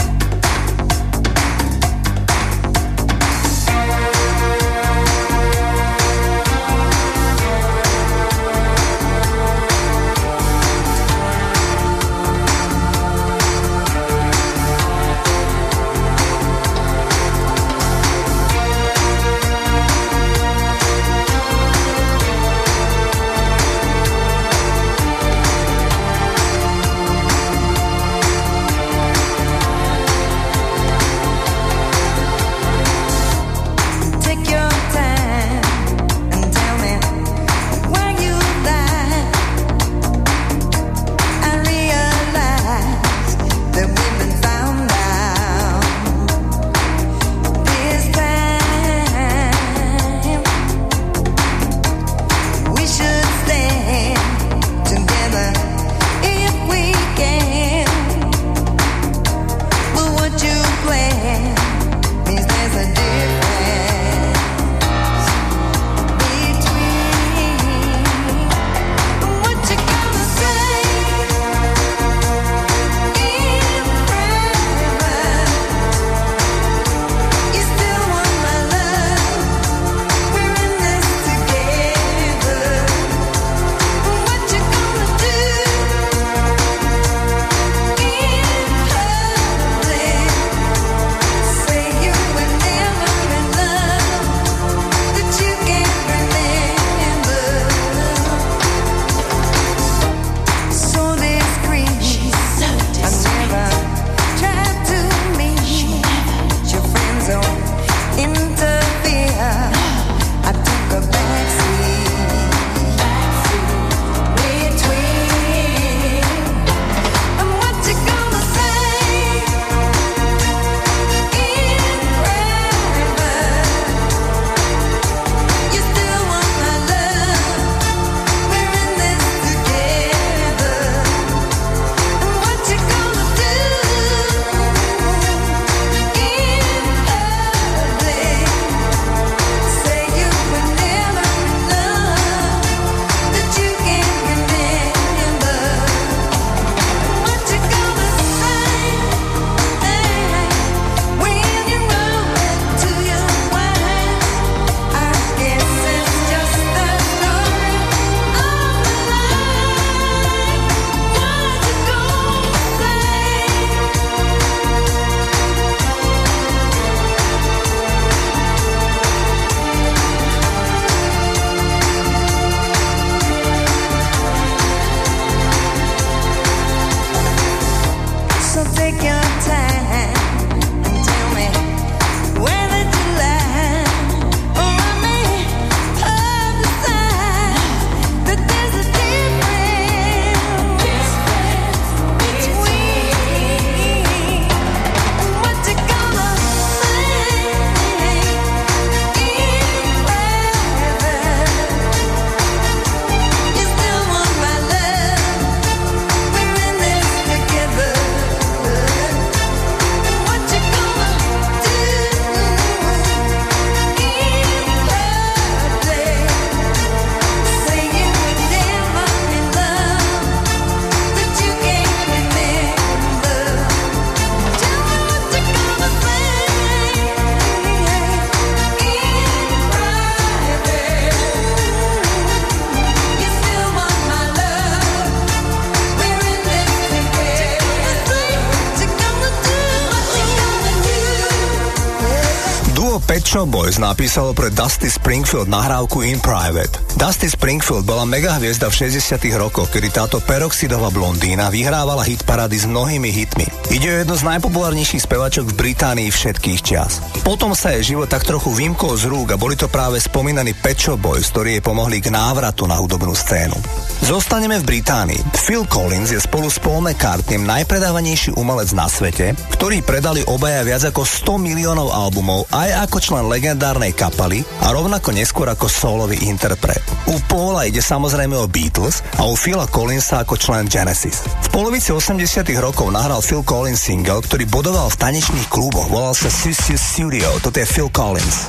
Shop Boys napísalo pre Dusty Springfield nahrávku In Private. Dusty Springfield bola megahviezda v šesťdesiatych rokoch, kedy táto peroxidová blondína vyhrávala hitparády s mnohými hitmi. Ide o jednu z najpopulárnejších spevačok v Británii všetkých čias. Potom sa jej život tak trochu vymkol z rúk a boli to práve spomínaní Pet Shop Boys, ktorí jej pomohli k návratu na hudobnú scénu. Zostaneme v Británii. Phil Collins je spolu s Paul McCartneym najpredávanejší umelec na svete, ktorý predali obaja viac ako sto miliónov albumov aj ako člen legendárnej kapely a rovnako neskôr ako solový interpret. U Paula ide samozrejme o Beatles a u Phila Collinsa ako člen Genesis. V polovici osemdesiatych rokov nahral Phil Collins single, ktorý bodoval v tanečných kluboch. Volal sa Sisu Studio. Toto je Phil Collins.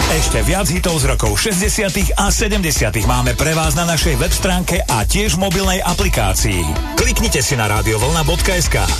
Ešte viac hitov z rokov šesťdesiatych a sedemdesiatych máme pre vás na našej web stránke a tiež v mobilnej aplikácii. Kliknite si na radiovlna bodka es ká.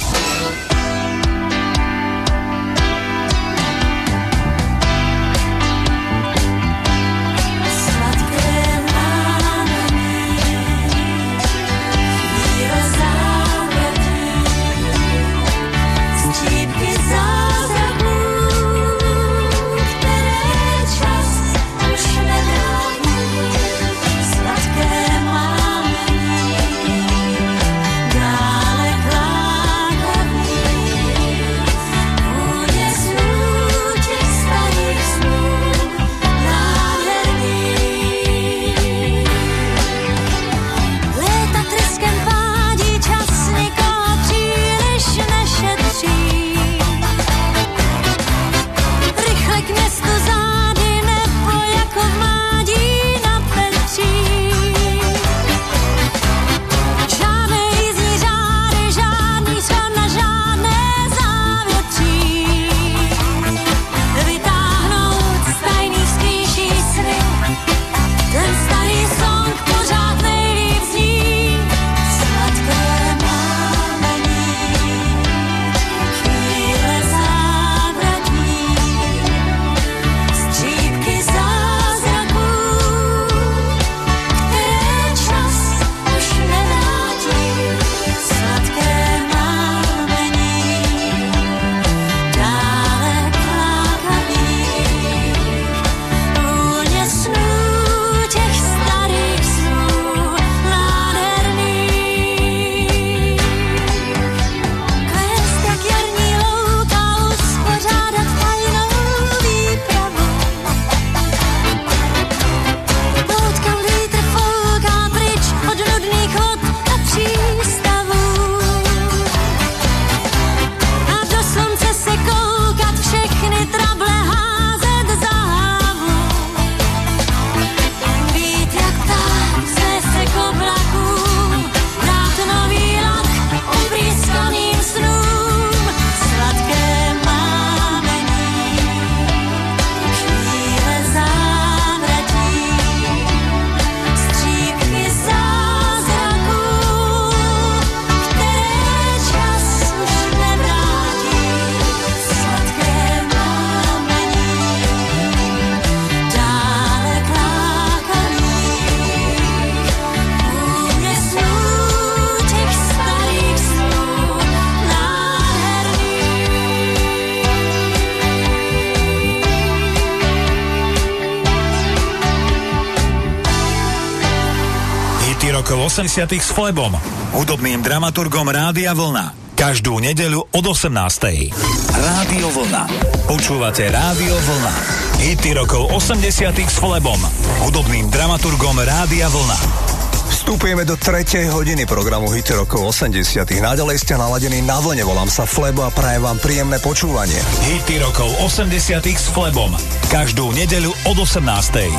osemdesiatych s Flebom, hudobným dramaturgom Rádia Vlna. Každú nedeľu od osemnástej. Rádio Vlna. Počúvate Rádio Vlna. Hity rokov osemdesiatych s Flebom, hudobným dramaturgom Rádia Vlna. Vstupujeme do tretej hodiny programu Hity rokov osemdesiatych. Naďalej ste naladení na Vlne, volám sa Flebo a prajem vám príjemné počúvanie. Hity rokov osemdesiatych s Flebom. Každú nedeľu od osemnástej.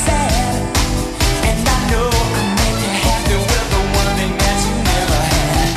That you never had.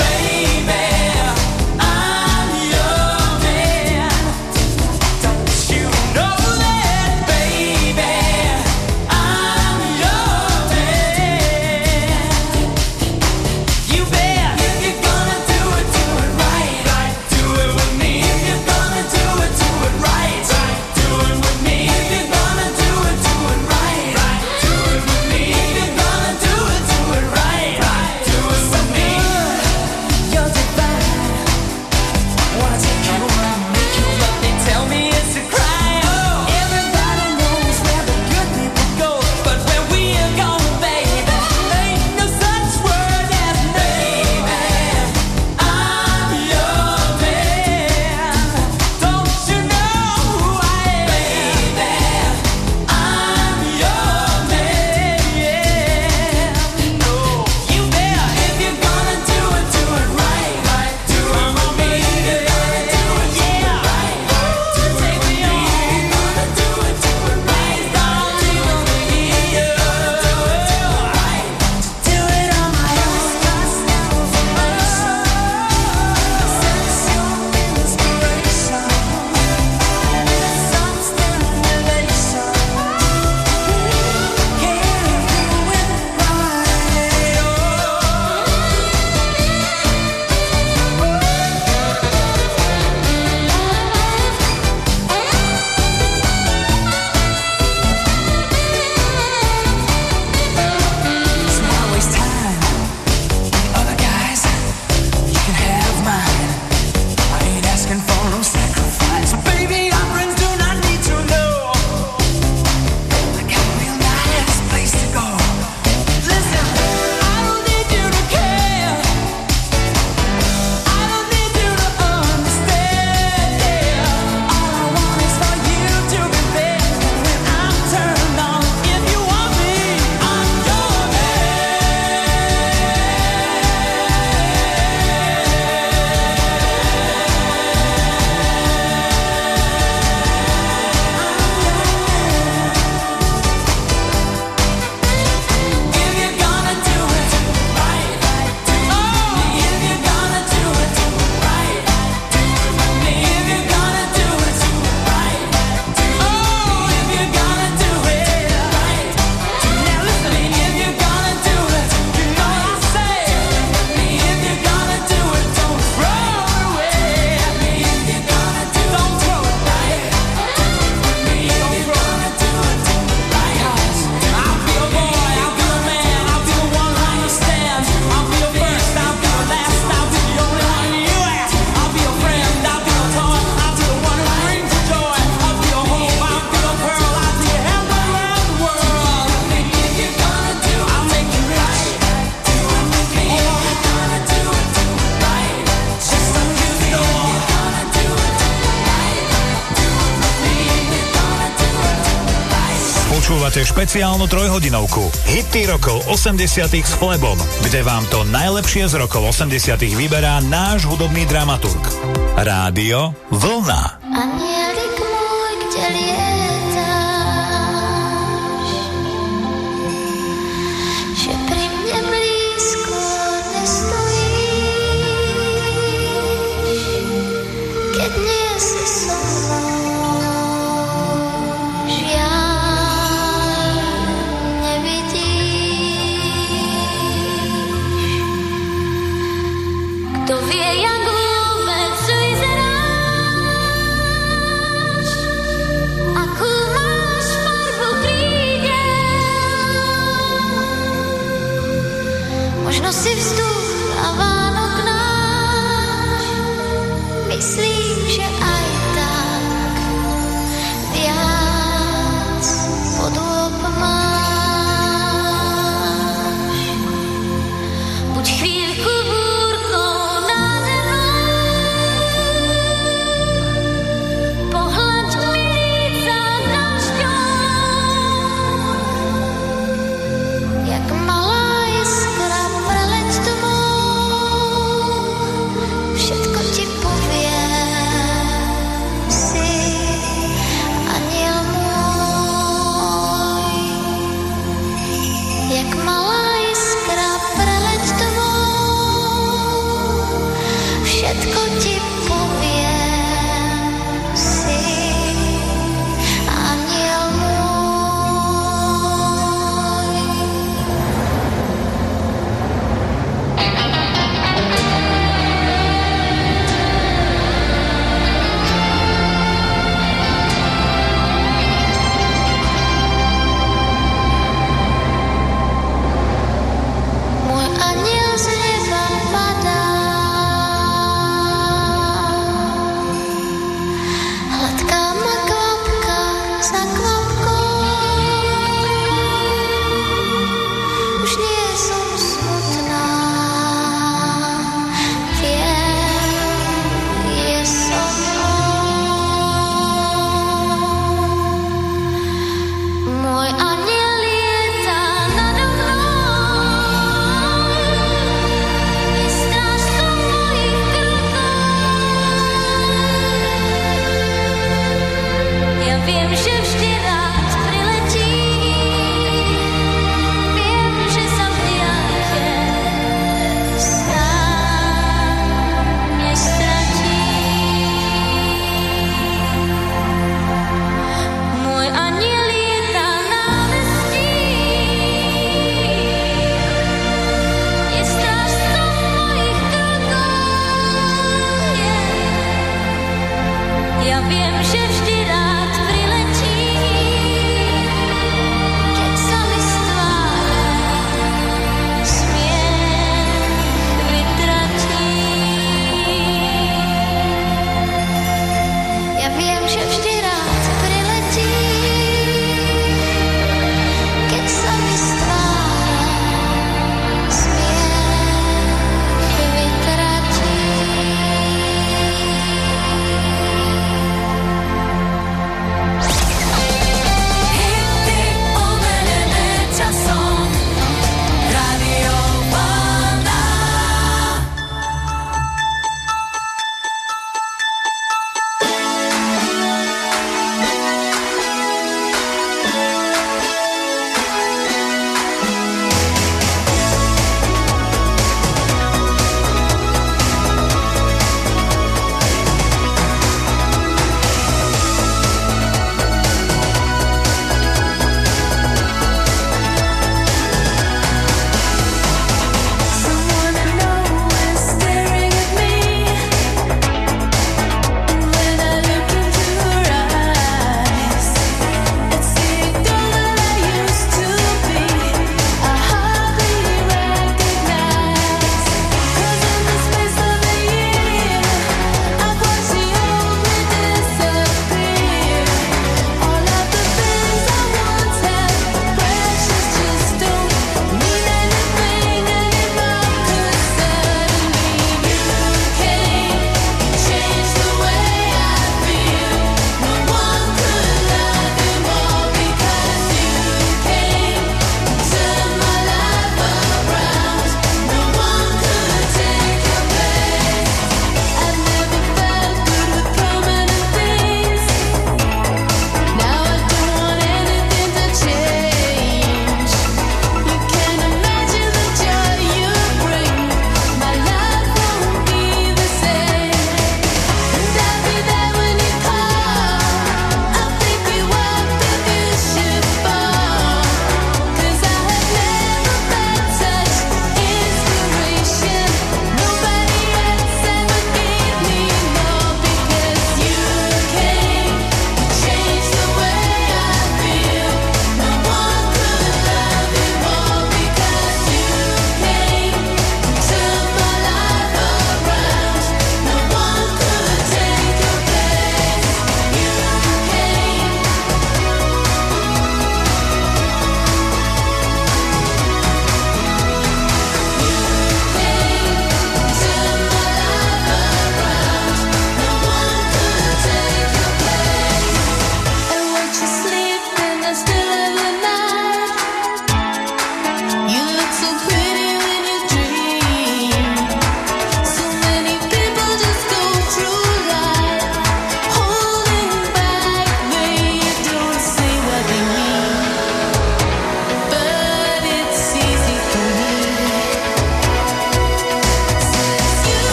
máte špeciálnu trojhodinovku. Hity rokov osemdesiatych s Flebom, kde vám to najlepšie z rokov osemdesiatych vyberá náš hudobný dramaturg. Rádio Vlna. Anielik môj, kde lietáš, že pri mne blízko nestojíš, keď nie si so mnou, žiaľ nevidíš. Kto vie, jak vôbec vyzeráš, akú máš farbu krídel, možno si vzduch a Vánok náš, myslím, že aj tak viac podôb máš. Buď chvíľku búrkou nádhernou, pohľaď mi líca dažďom, jak malá iskra preleď tmou,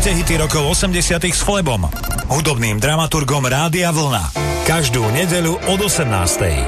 Počúvate hity rokov osemdesiatych s Flebom, hudobným dramaturgom Rádia Vlna. Každú nedeľu od osemnástej.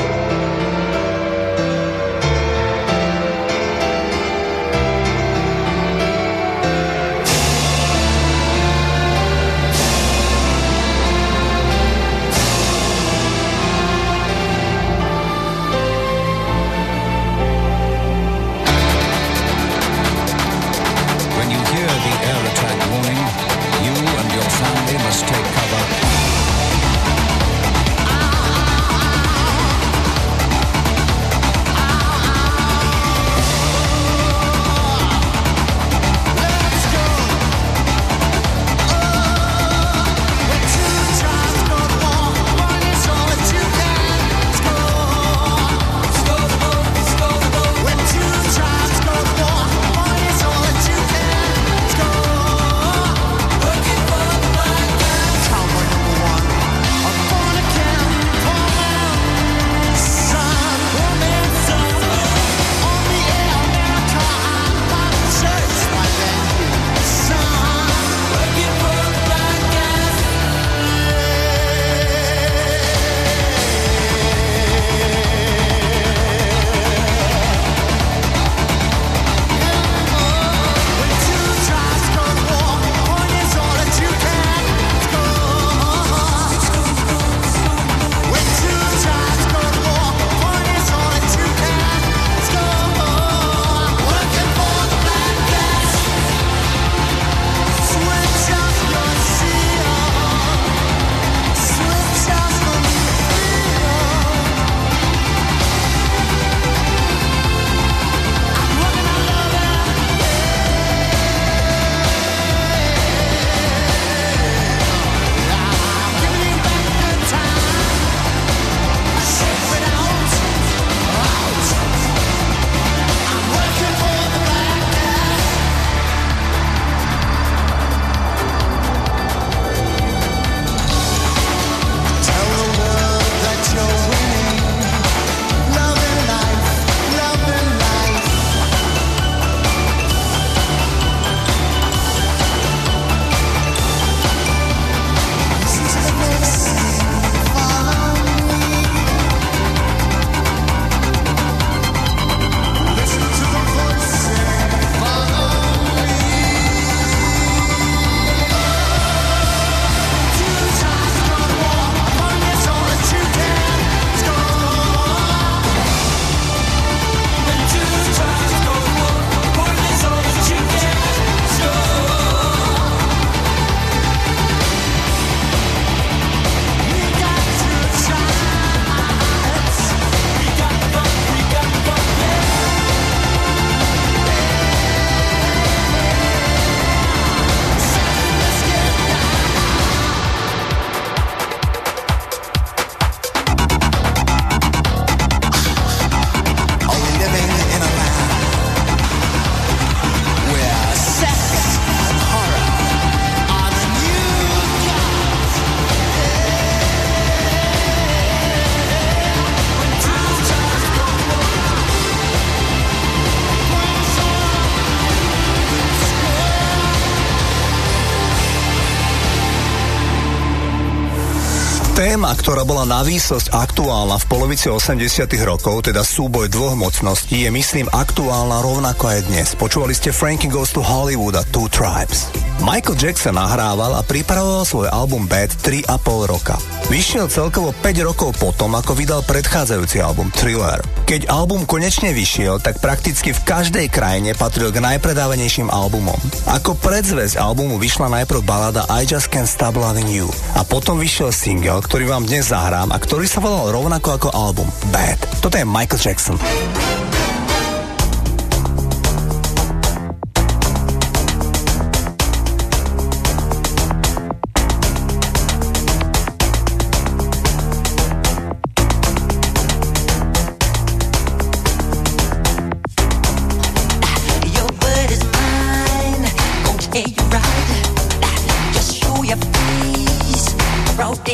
Téma, ktorá bola na výsosť aktuálna v polovici osemdesiatych rokov, teda súboj dvoch mocností, je myslím aktuálna rovnako aj dnes. Počúvali ste Frankie Goes to Hollywood a Two Tribes. Michael Jackson nahrával a pripravoval svoj album Bad tri a pol roka. Vyšiel celkovo päť rokov potom, ako vydal predchádzajúci album Thriller. Keď album konečne vyšiel, tak prakticky v každej krajine patril k najpredávanejším albumom. Ako predzvesť albumu vyšla najprv balada I Just Can't Stop Loving You a potom vyšiel single, ktorý vám dnes zahrám a ktorý sa volal rovnako ako album Bad. Toto je Michael Jackson.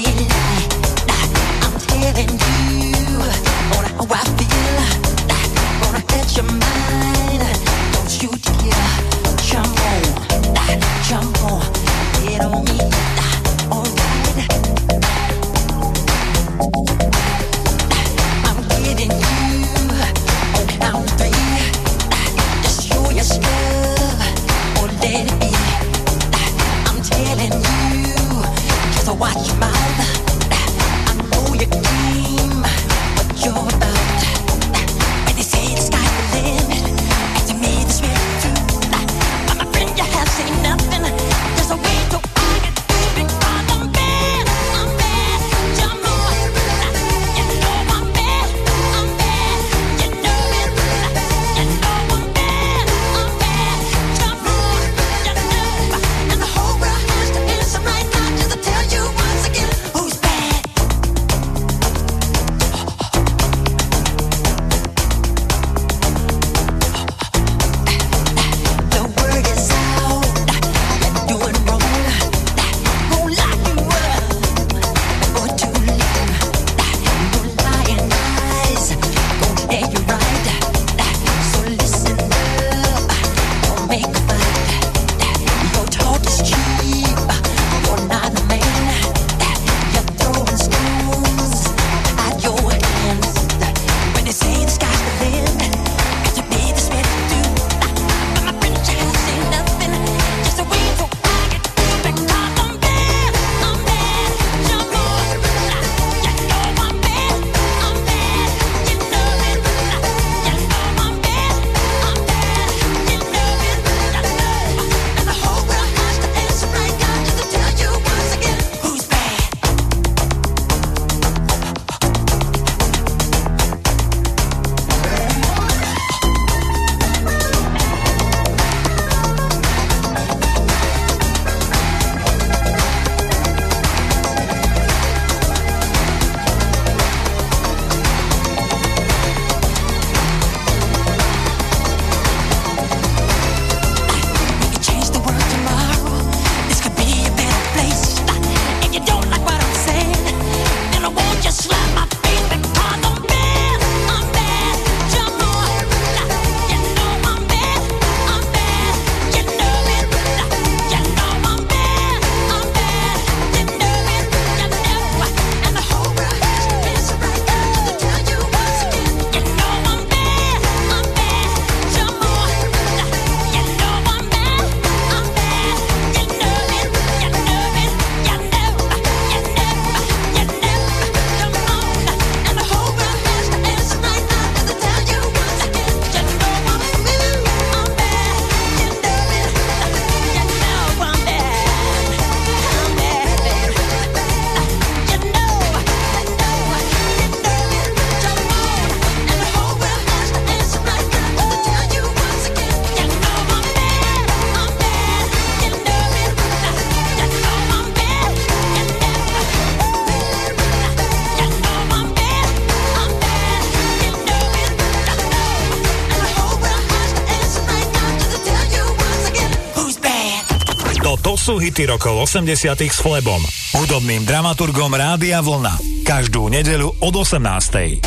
I'm telling you on how I feel. sú hity rokov osemdesiatych s Flebom, hudobným dramaturgom Rádia Vlna. Každú nedeľu od osemnástej.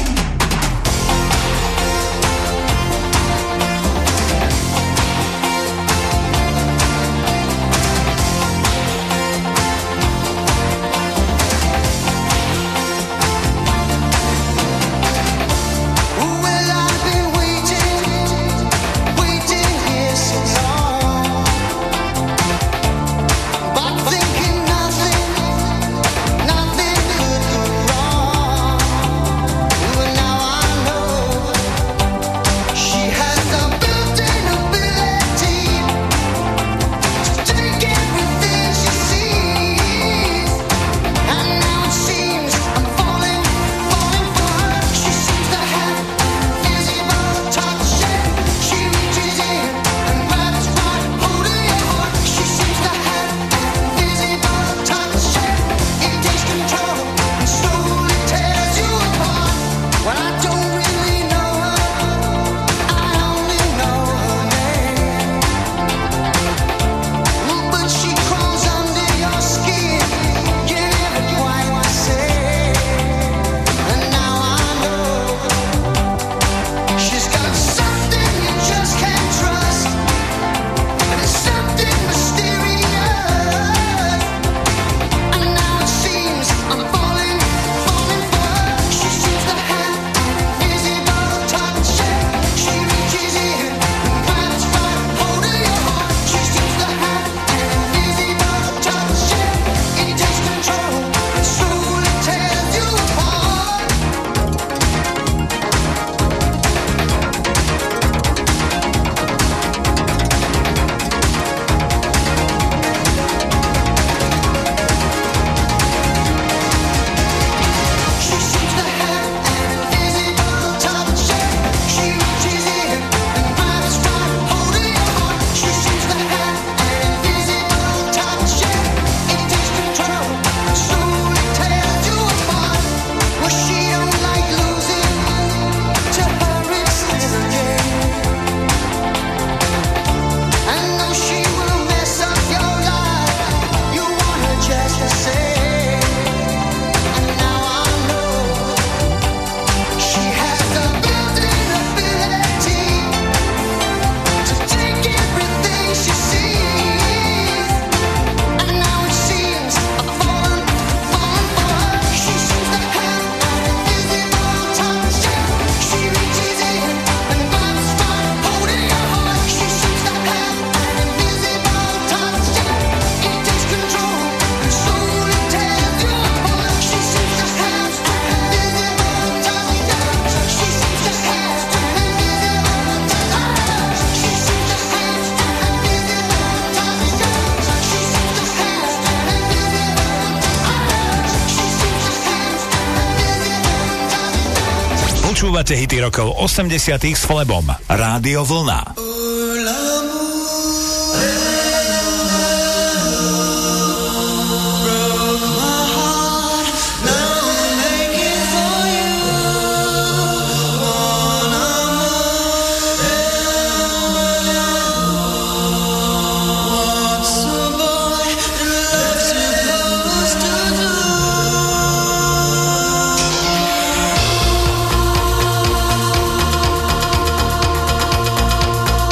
Počúvate hity rokov osemdesiatych s Flebom. Rádio Vlna. Thank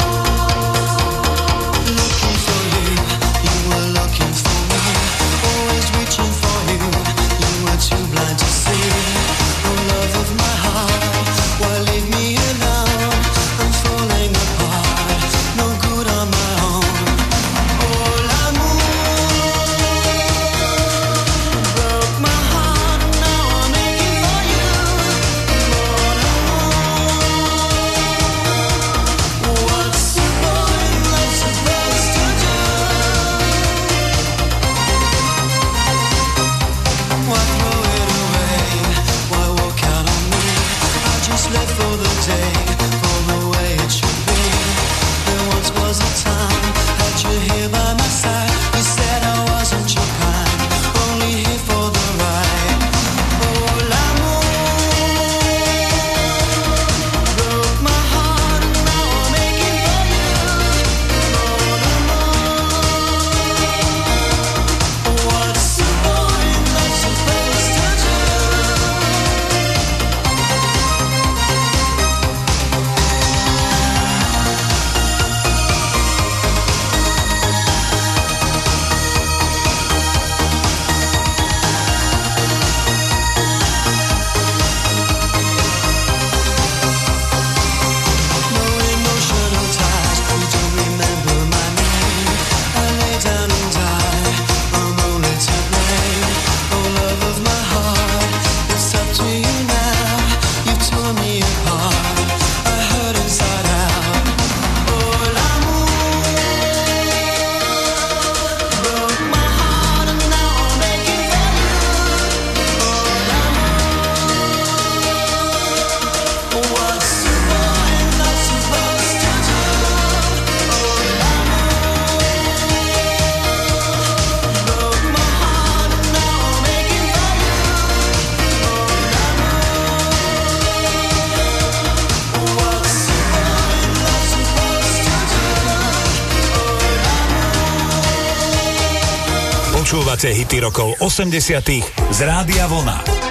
Počúvate hity rokov osemdesiatych z Rádia Vlna.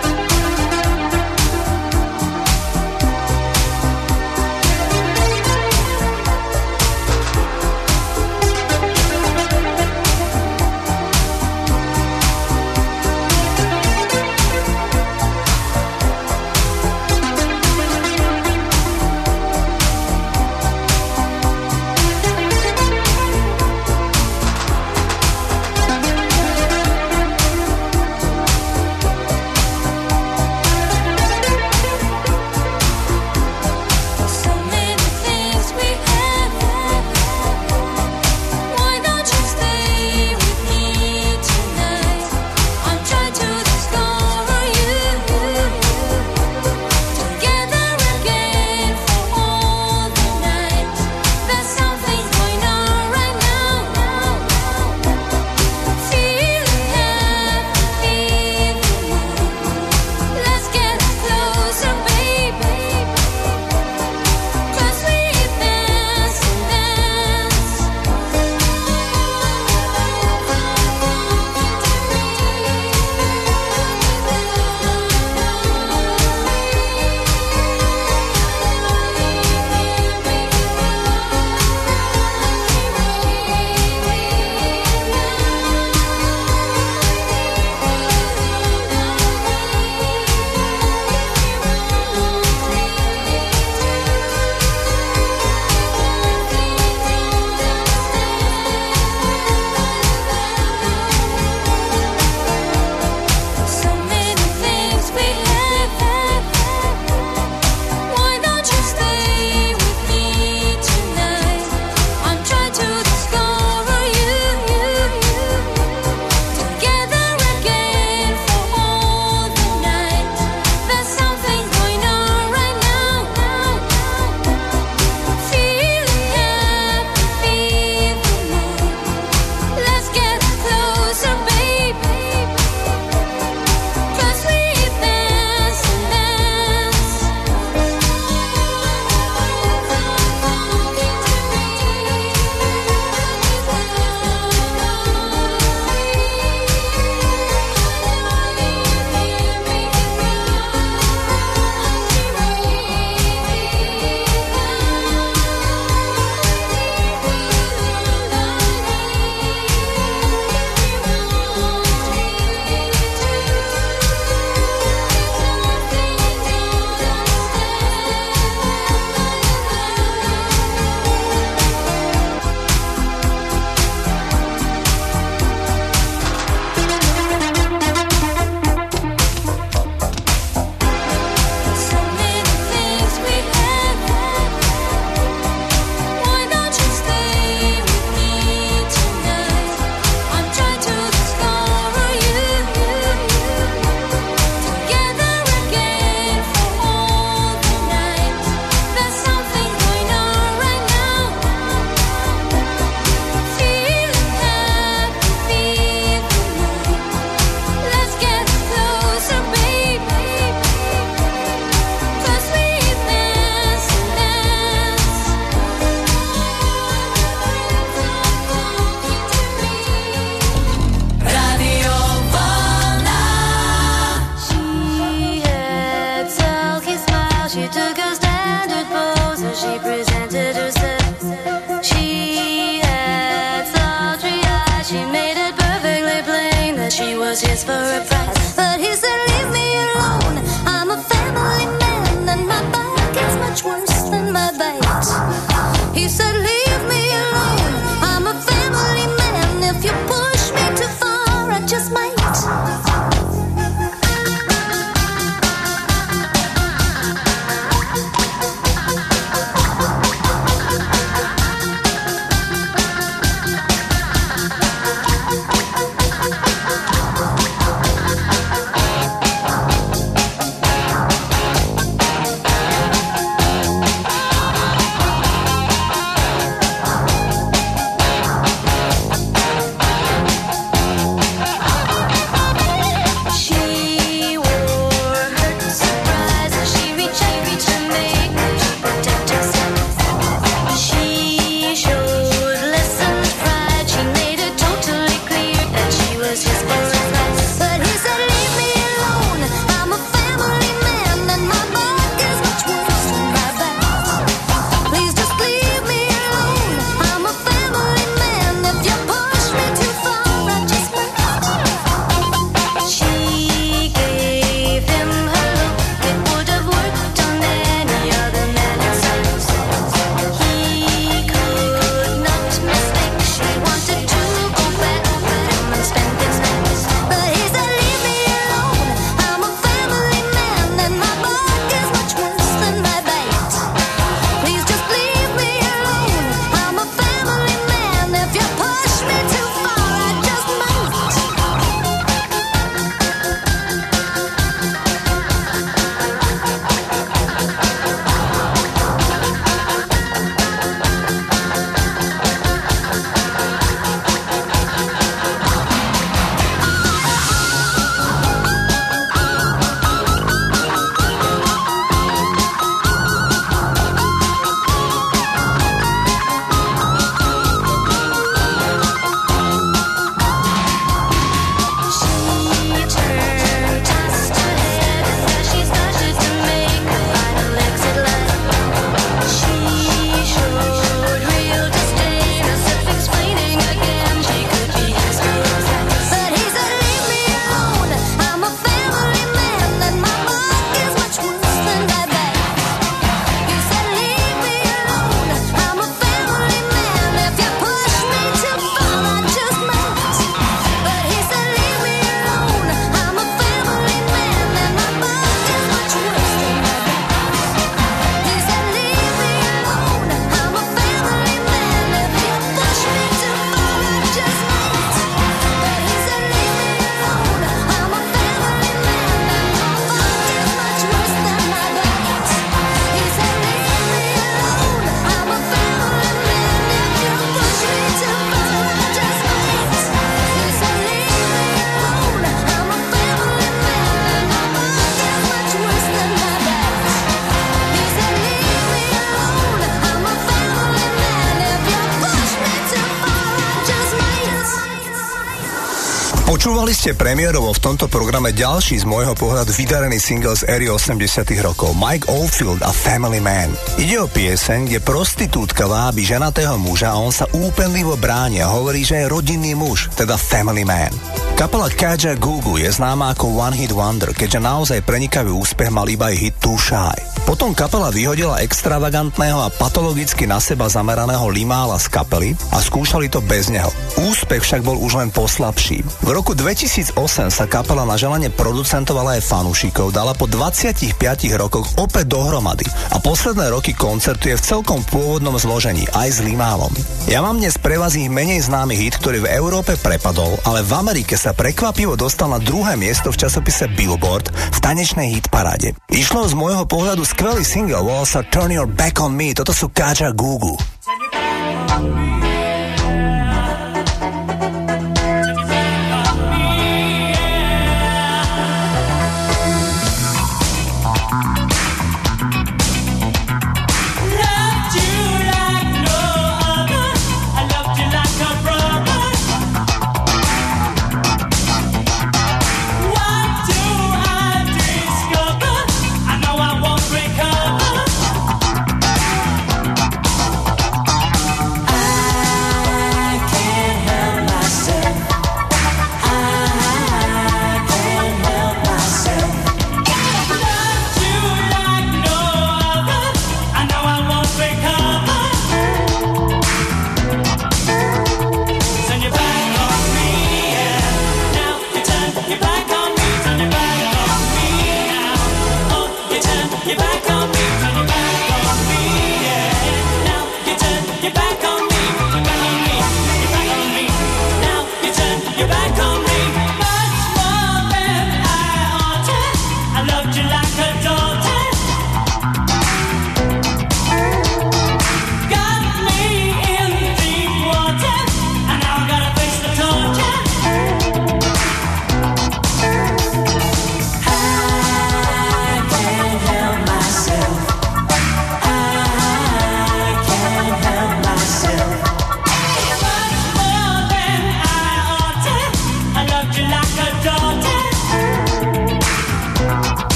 Počúvali ste premiérovo v tomto programe ďalší z môjho pohľadu vydarený single z éry osemdesiatych rokov, Mike Oldfield a Family Man. Ide o pieseň, kde prostitútka vábi ženatého muža a on sa úpenlivo bráni a hovorí, že je rodinný muž, teda Family Man. Kapela Kaja Gugu je známa ako One Hit Wonder, keďže naozaj prenikavý úspech mal iba aj hit Too Shy. Potom kapela vyhodila extravagantného a patologicky na seba zameraného Limála z kapely a skúšali to bez neho. Úspech však bol už len poslabší. V roku dvetisícosem sa kapela na želanie producentov, ale aj fanúšikov dala po dvadsiatich piatich rokoch opäť dohromady a posledné roky koncertuje v celkom pôvodnom zložení aj s Limálom. Ja mám dnes pre vás ich menej známy hit, ktorý v Európe prepadol, ale v Amerike sa prekvapivo dostal na druhé miesto v časopise Billboard v tanečnej hitparáde. Išlo z môjho pohľadu skvelý single, volal sa Turn Your Back on Me, toto sú Kaja Gugu.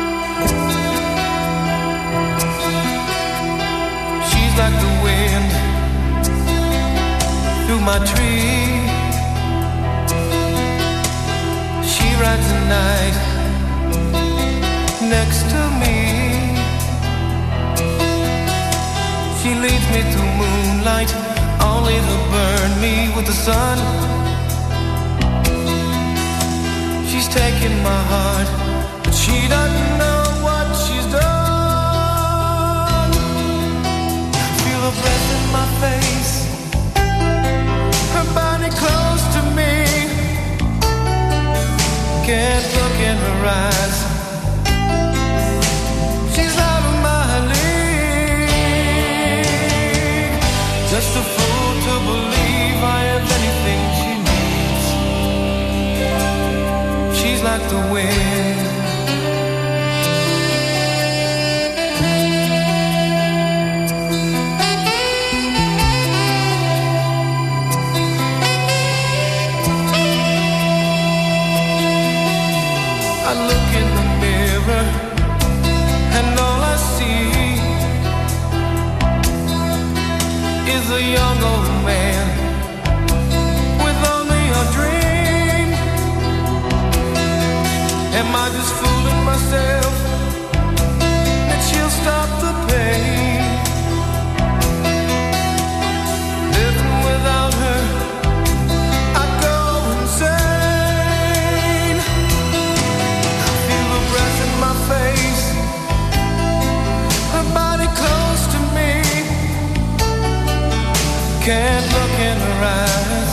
like the wind my tree. She rides the night next to me. She leads me to moonlight, only to burn me with the sun. She's taking my heart, but she doesn't know what she's done. Feel her breath in my face, her body close to me. Can't look in her eyes, she's out of my league. Just a fool to believe I have anything she needs. She's like the wind, I look in the mirror and all I see is a young old man with only a dream. Am I just fooling myself that she'll stop the pain? Living without her, I go insane. Feel her breath in my face, her body close to me. Can't look in her eyes,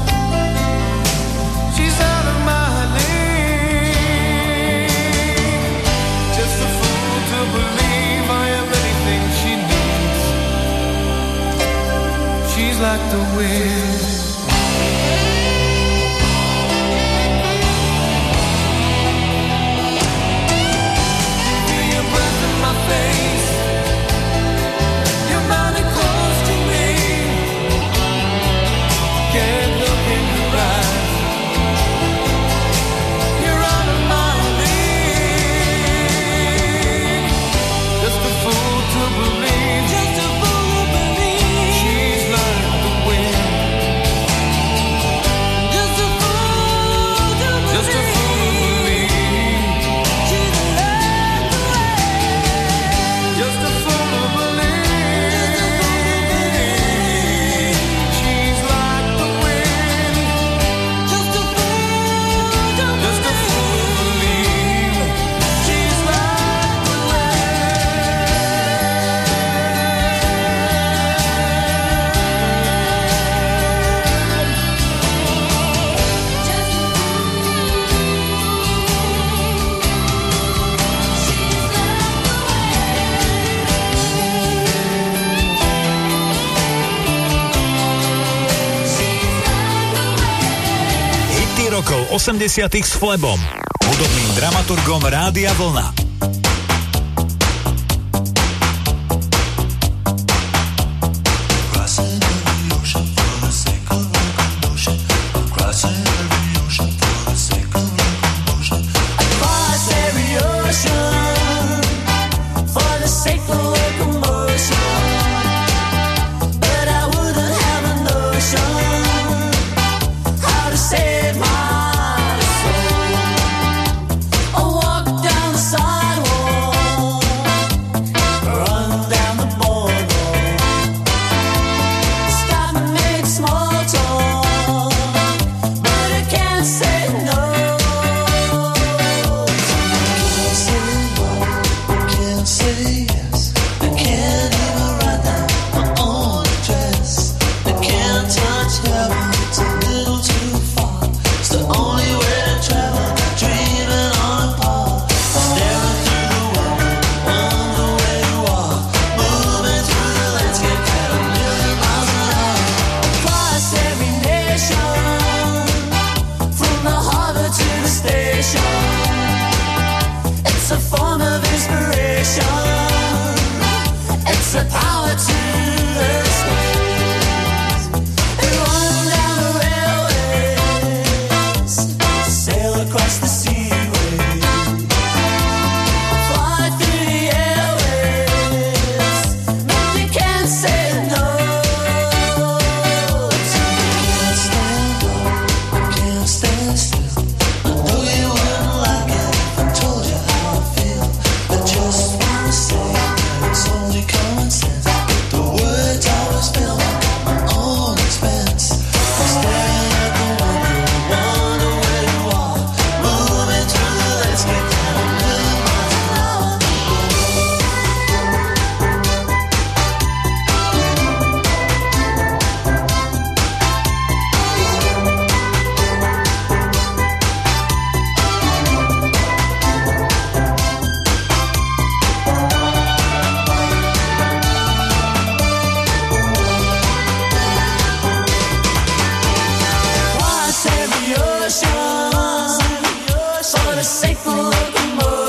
she's out of my league. Just a fool to believe I am anything she needs. She's like the wind. Feel your breath in my face, your body close to me. Can't look in your eyes, you're out of my league. Just a fool to believe, just a fool to believe. She's like the wind. Just a fool to believe, just a fool to believe. She's like the wind. Just a fool to believe. She's like the wind. Just a fool to believe. Just a fool to believe. She's like the Hity rokov osemdesiatych s Flebom, hudobným dramaturgom Rádia Vlna. Across every ocean for the sake of locomotion, but I wouldn't have a notion how to save my soul. I walk down the side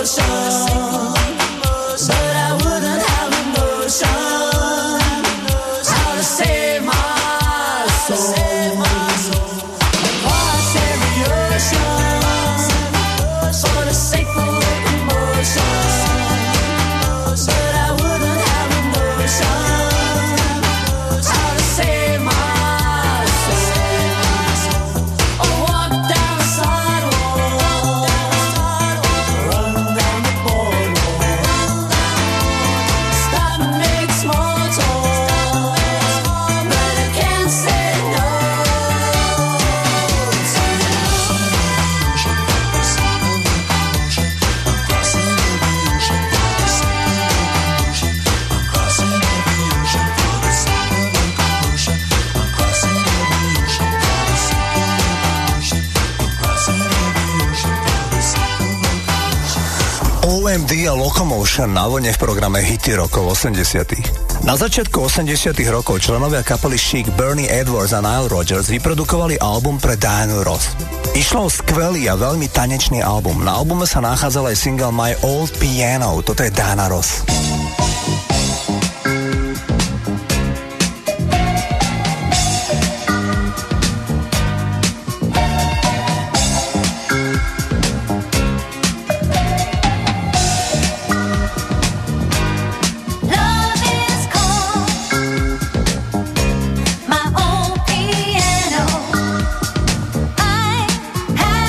ó em dé a Locomotion na vlne v programe Hity rokov osemdesiatych. Na začiatku osemdesiatych rokov členovia kapely Chic, Bernie Edwards a Nile Rodgers vyprodukovali album pre Dianu Ross. Išlo o skvelý a veľmi tanečný album. Na albume sa nachádzal aj single My Old Piano, toto je Diana Ross.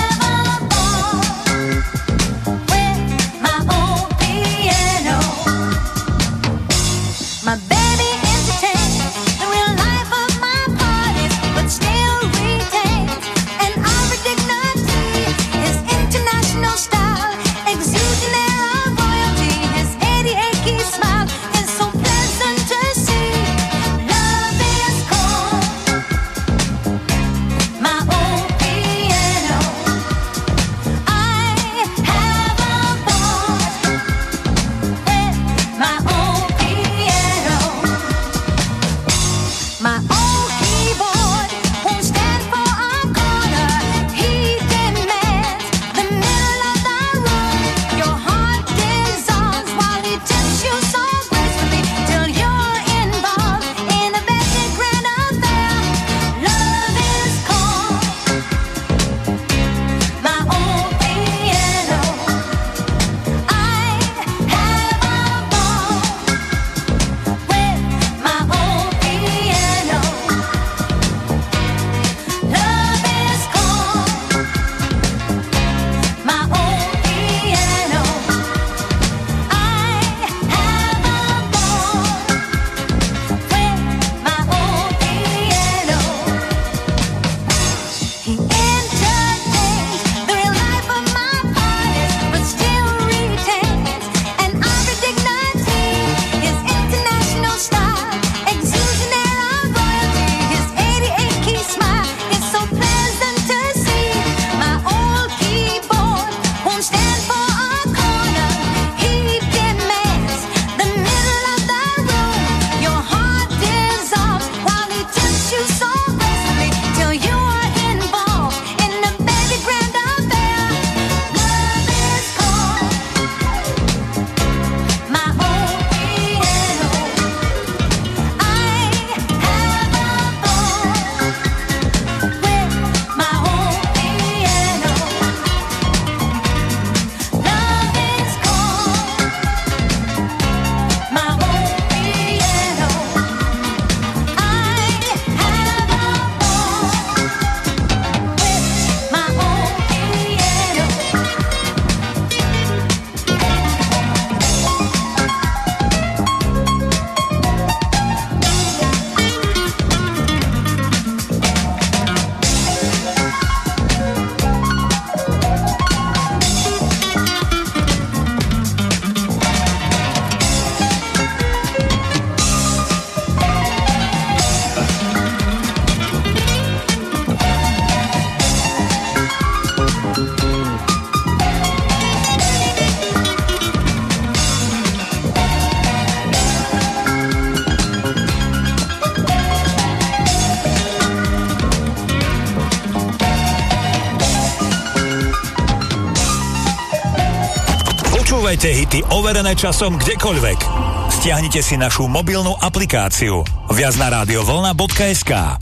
Piano. Počúvajte hity overené časom kdekoľvek. Stiahnite si našu mobilnú aplikáciu viac na radiovlna bodka es ká.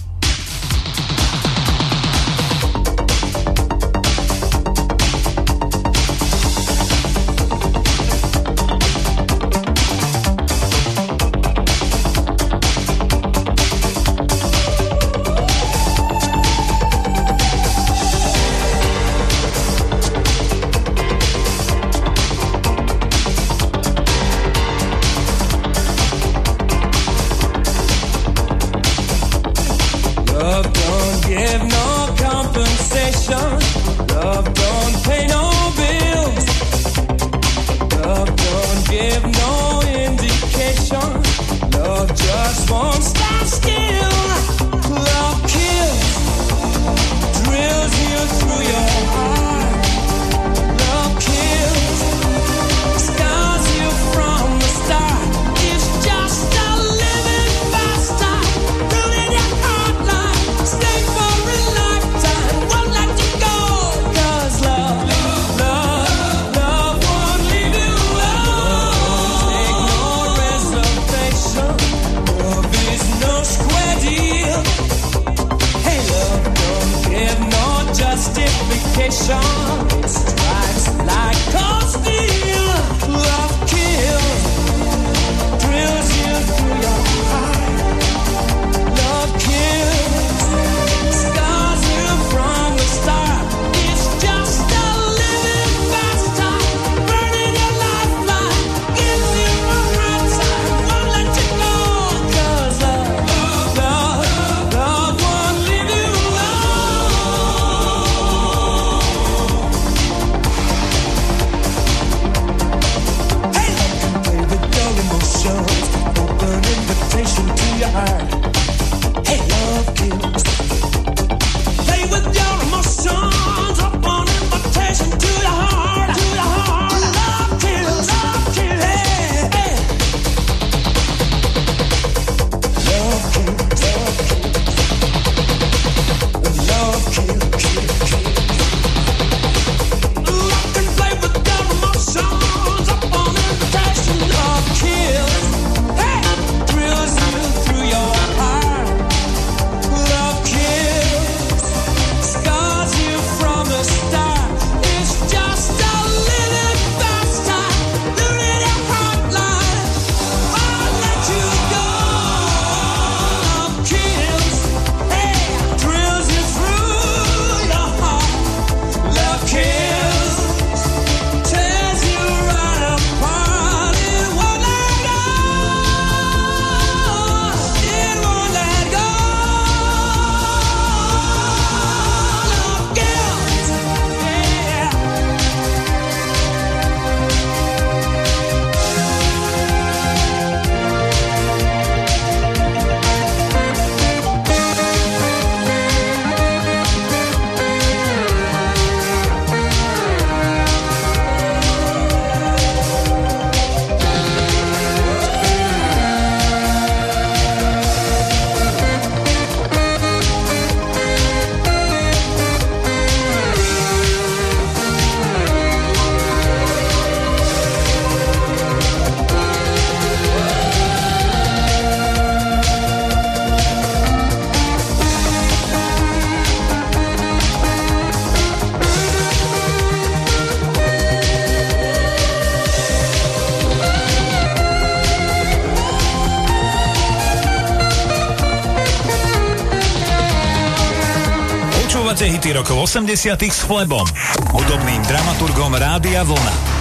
Počúvate hity rokov osemdesiatych s Flebom, hudobným dramaturgom Rádia Vlna.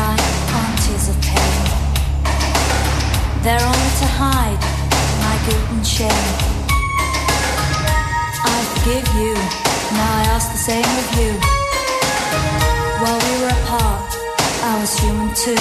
cry aren't tears of pain. They're only to hide my guilt and shame. I forgive you, now I ask the same of you. While we were apart, I was human too.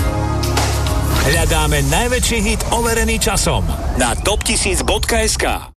Hľadáme najväčší hit overený časom na top tisíc bodka es ká.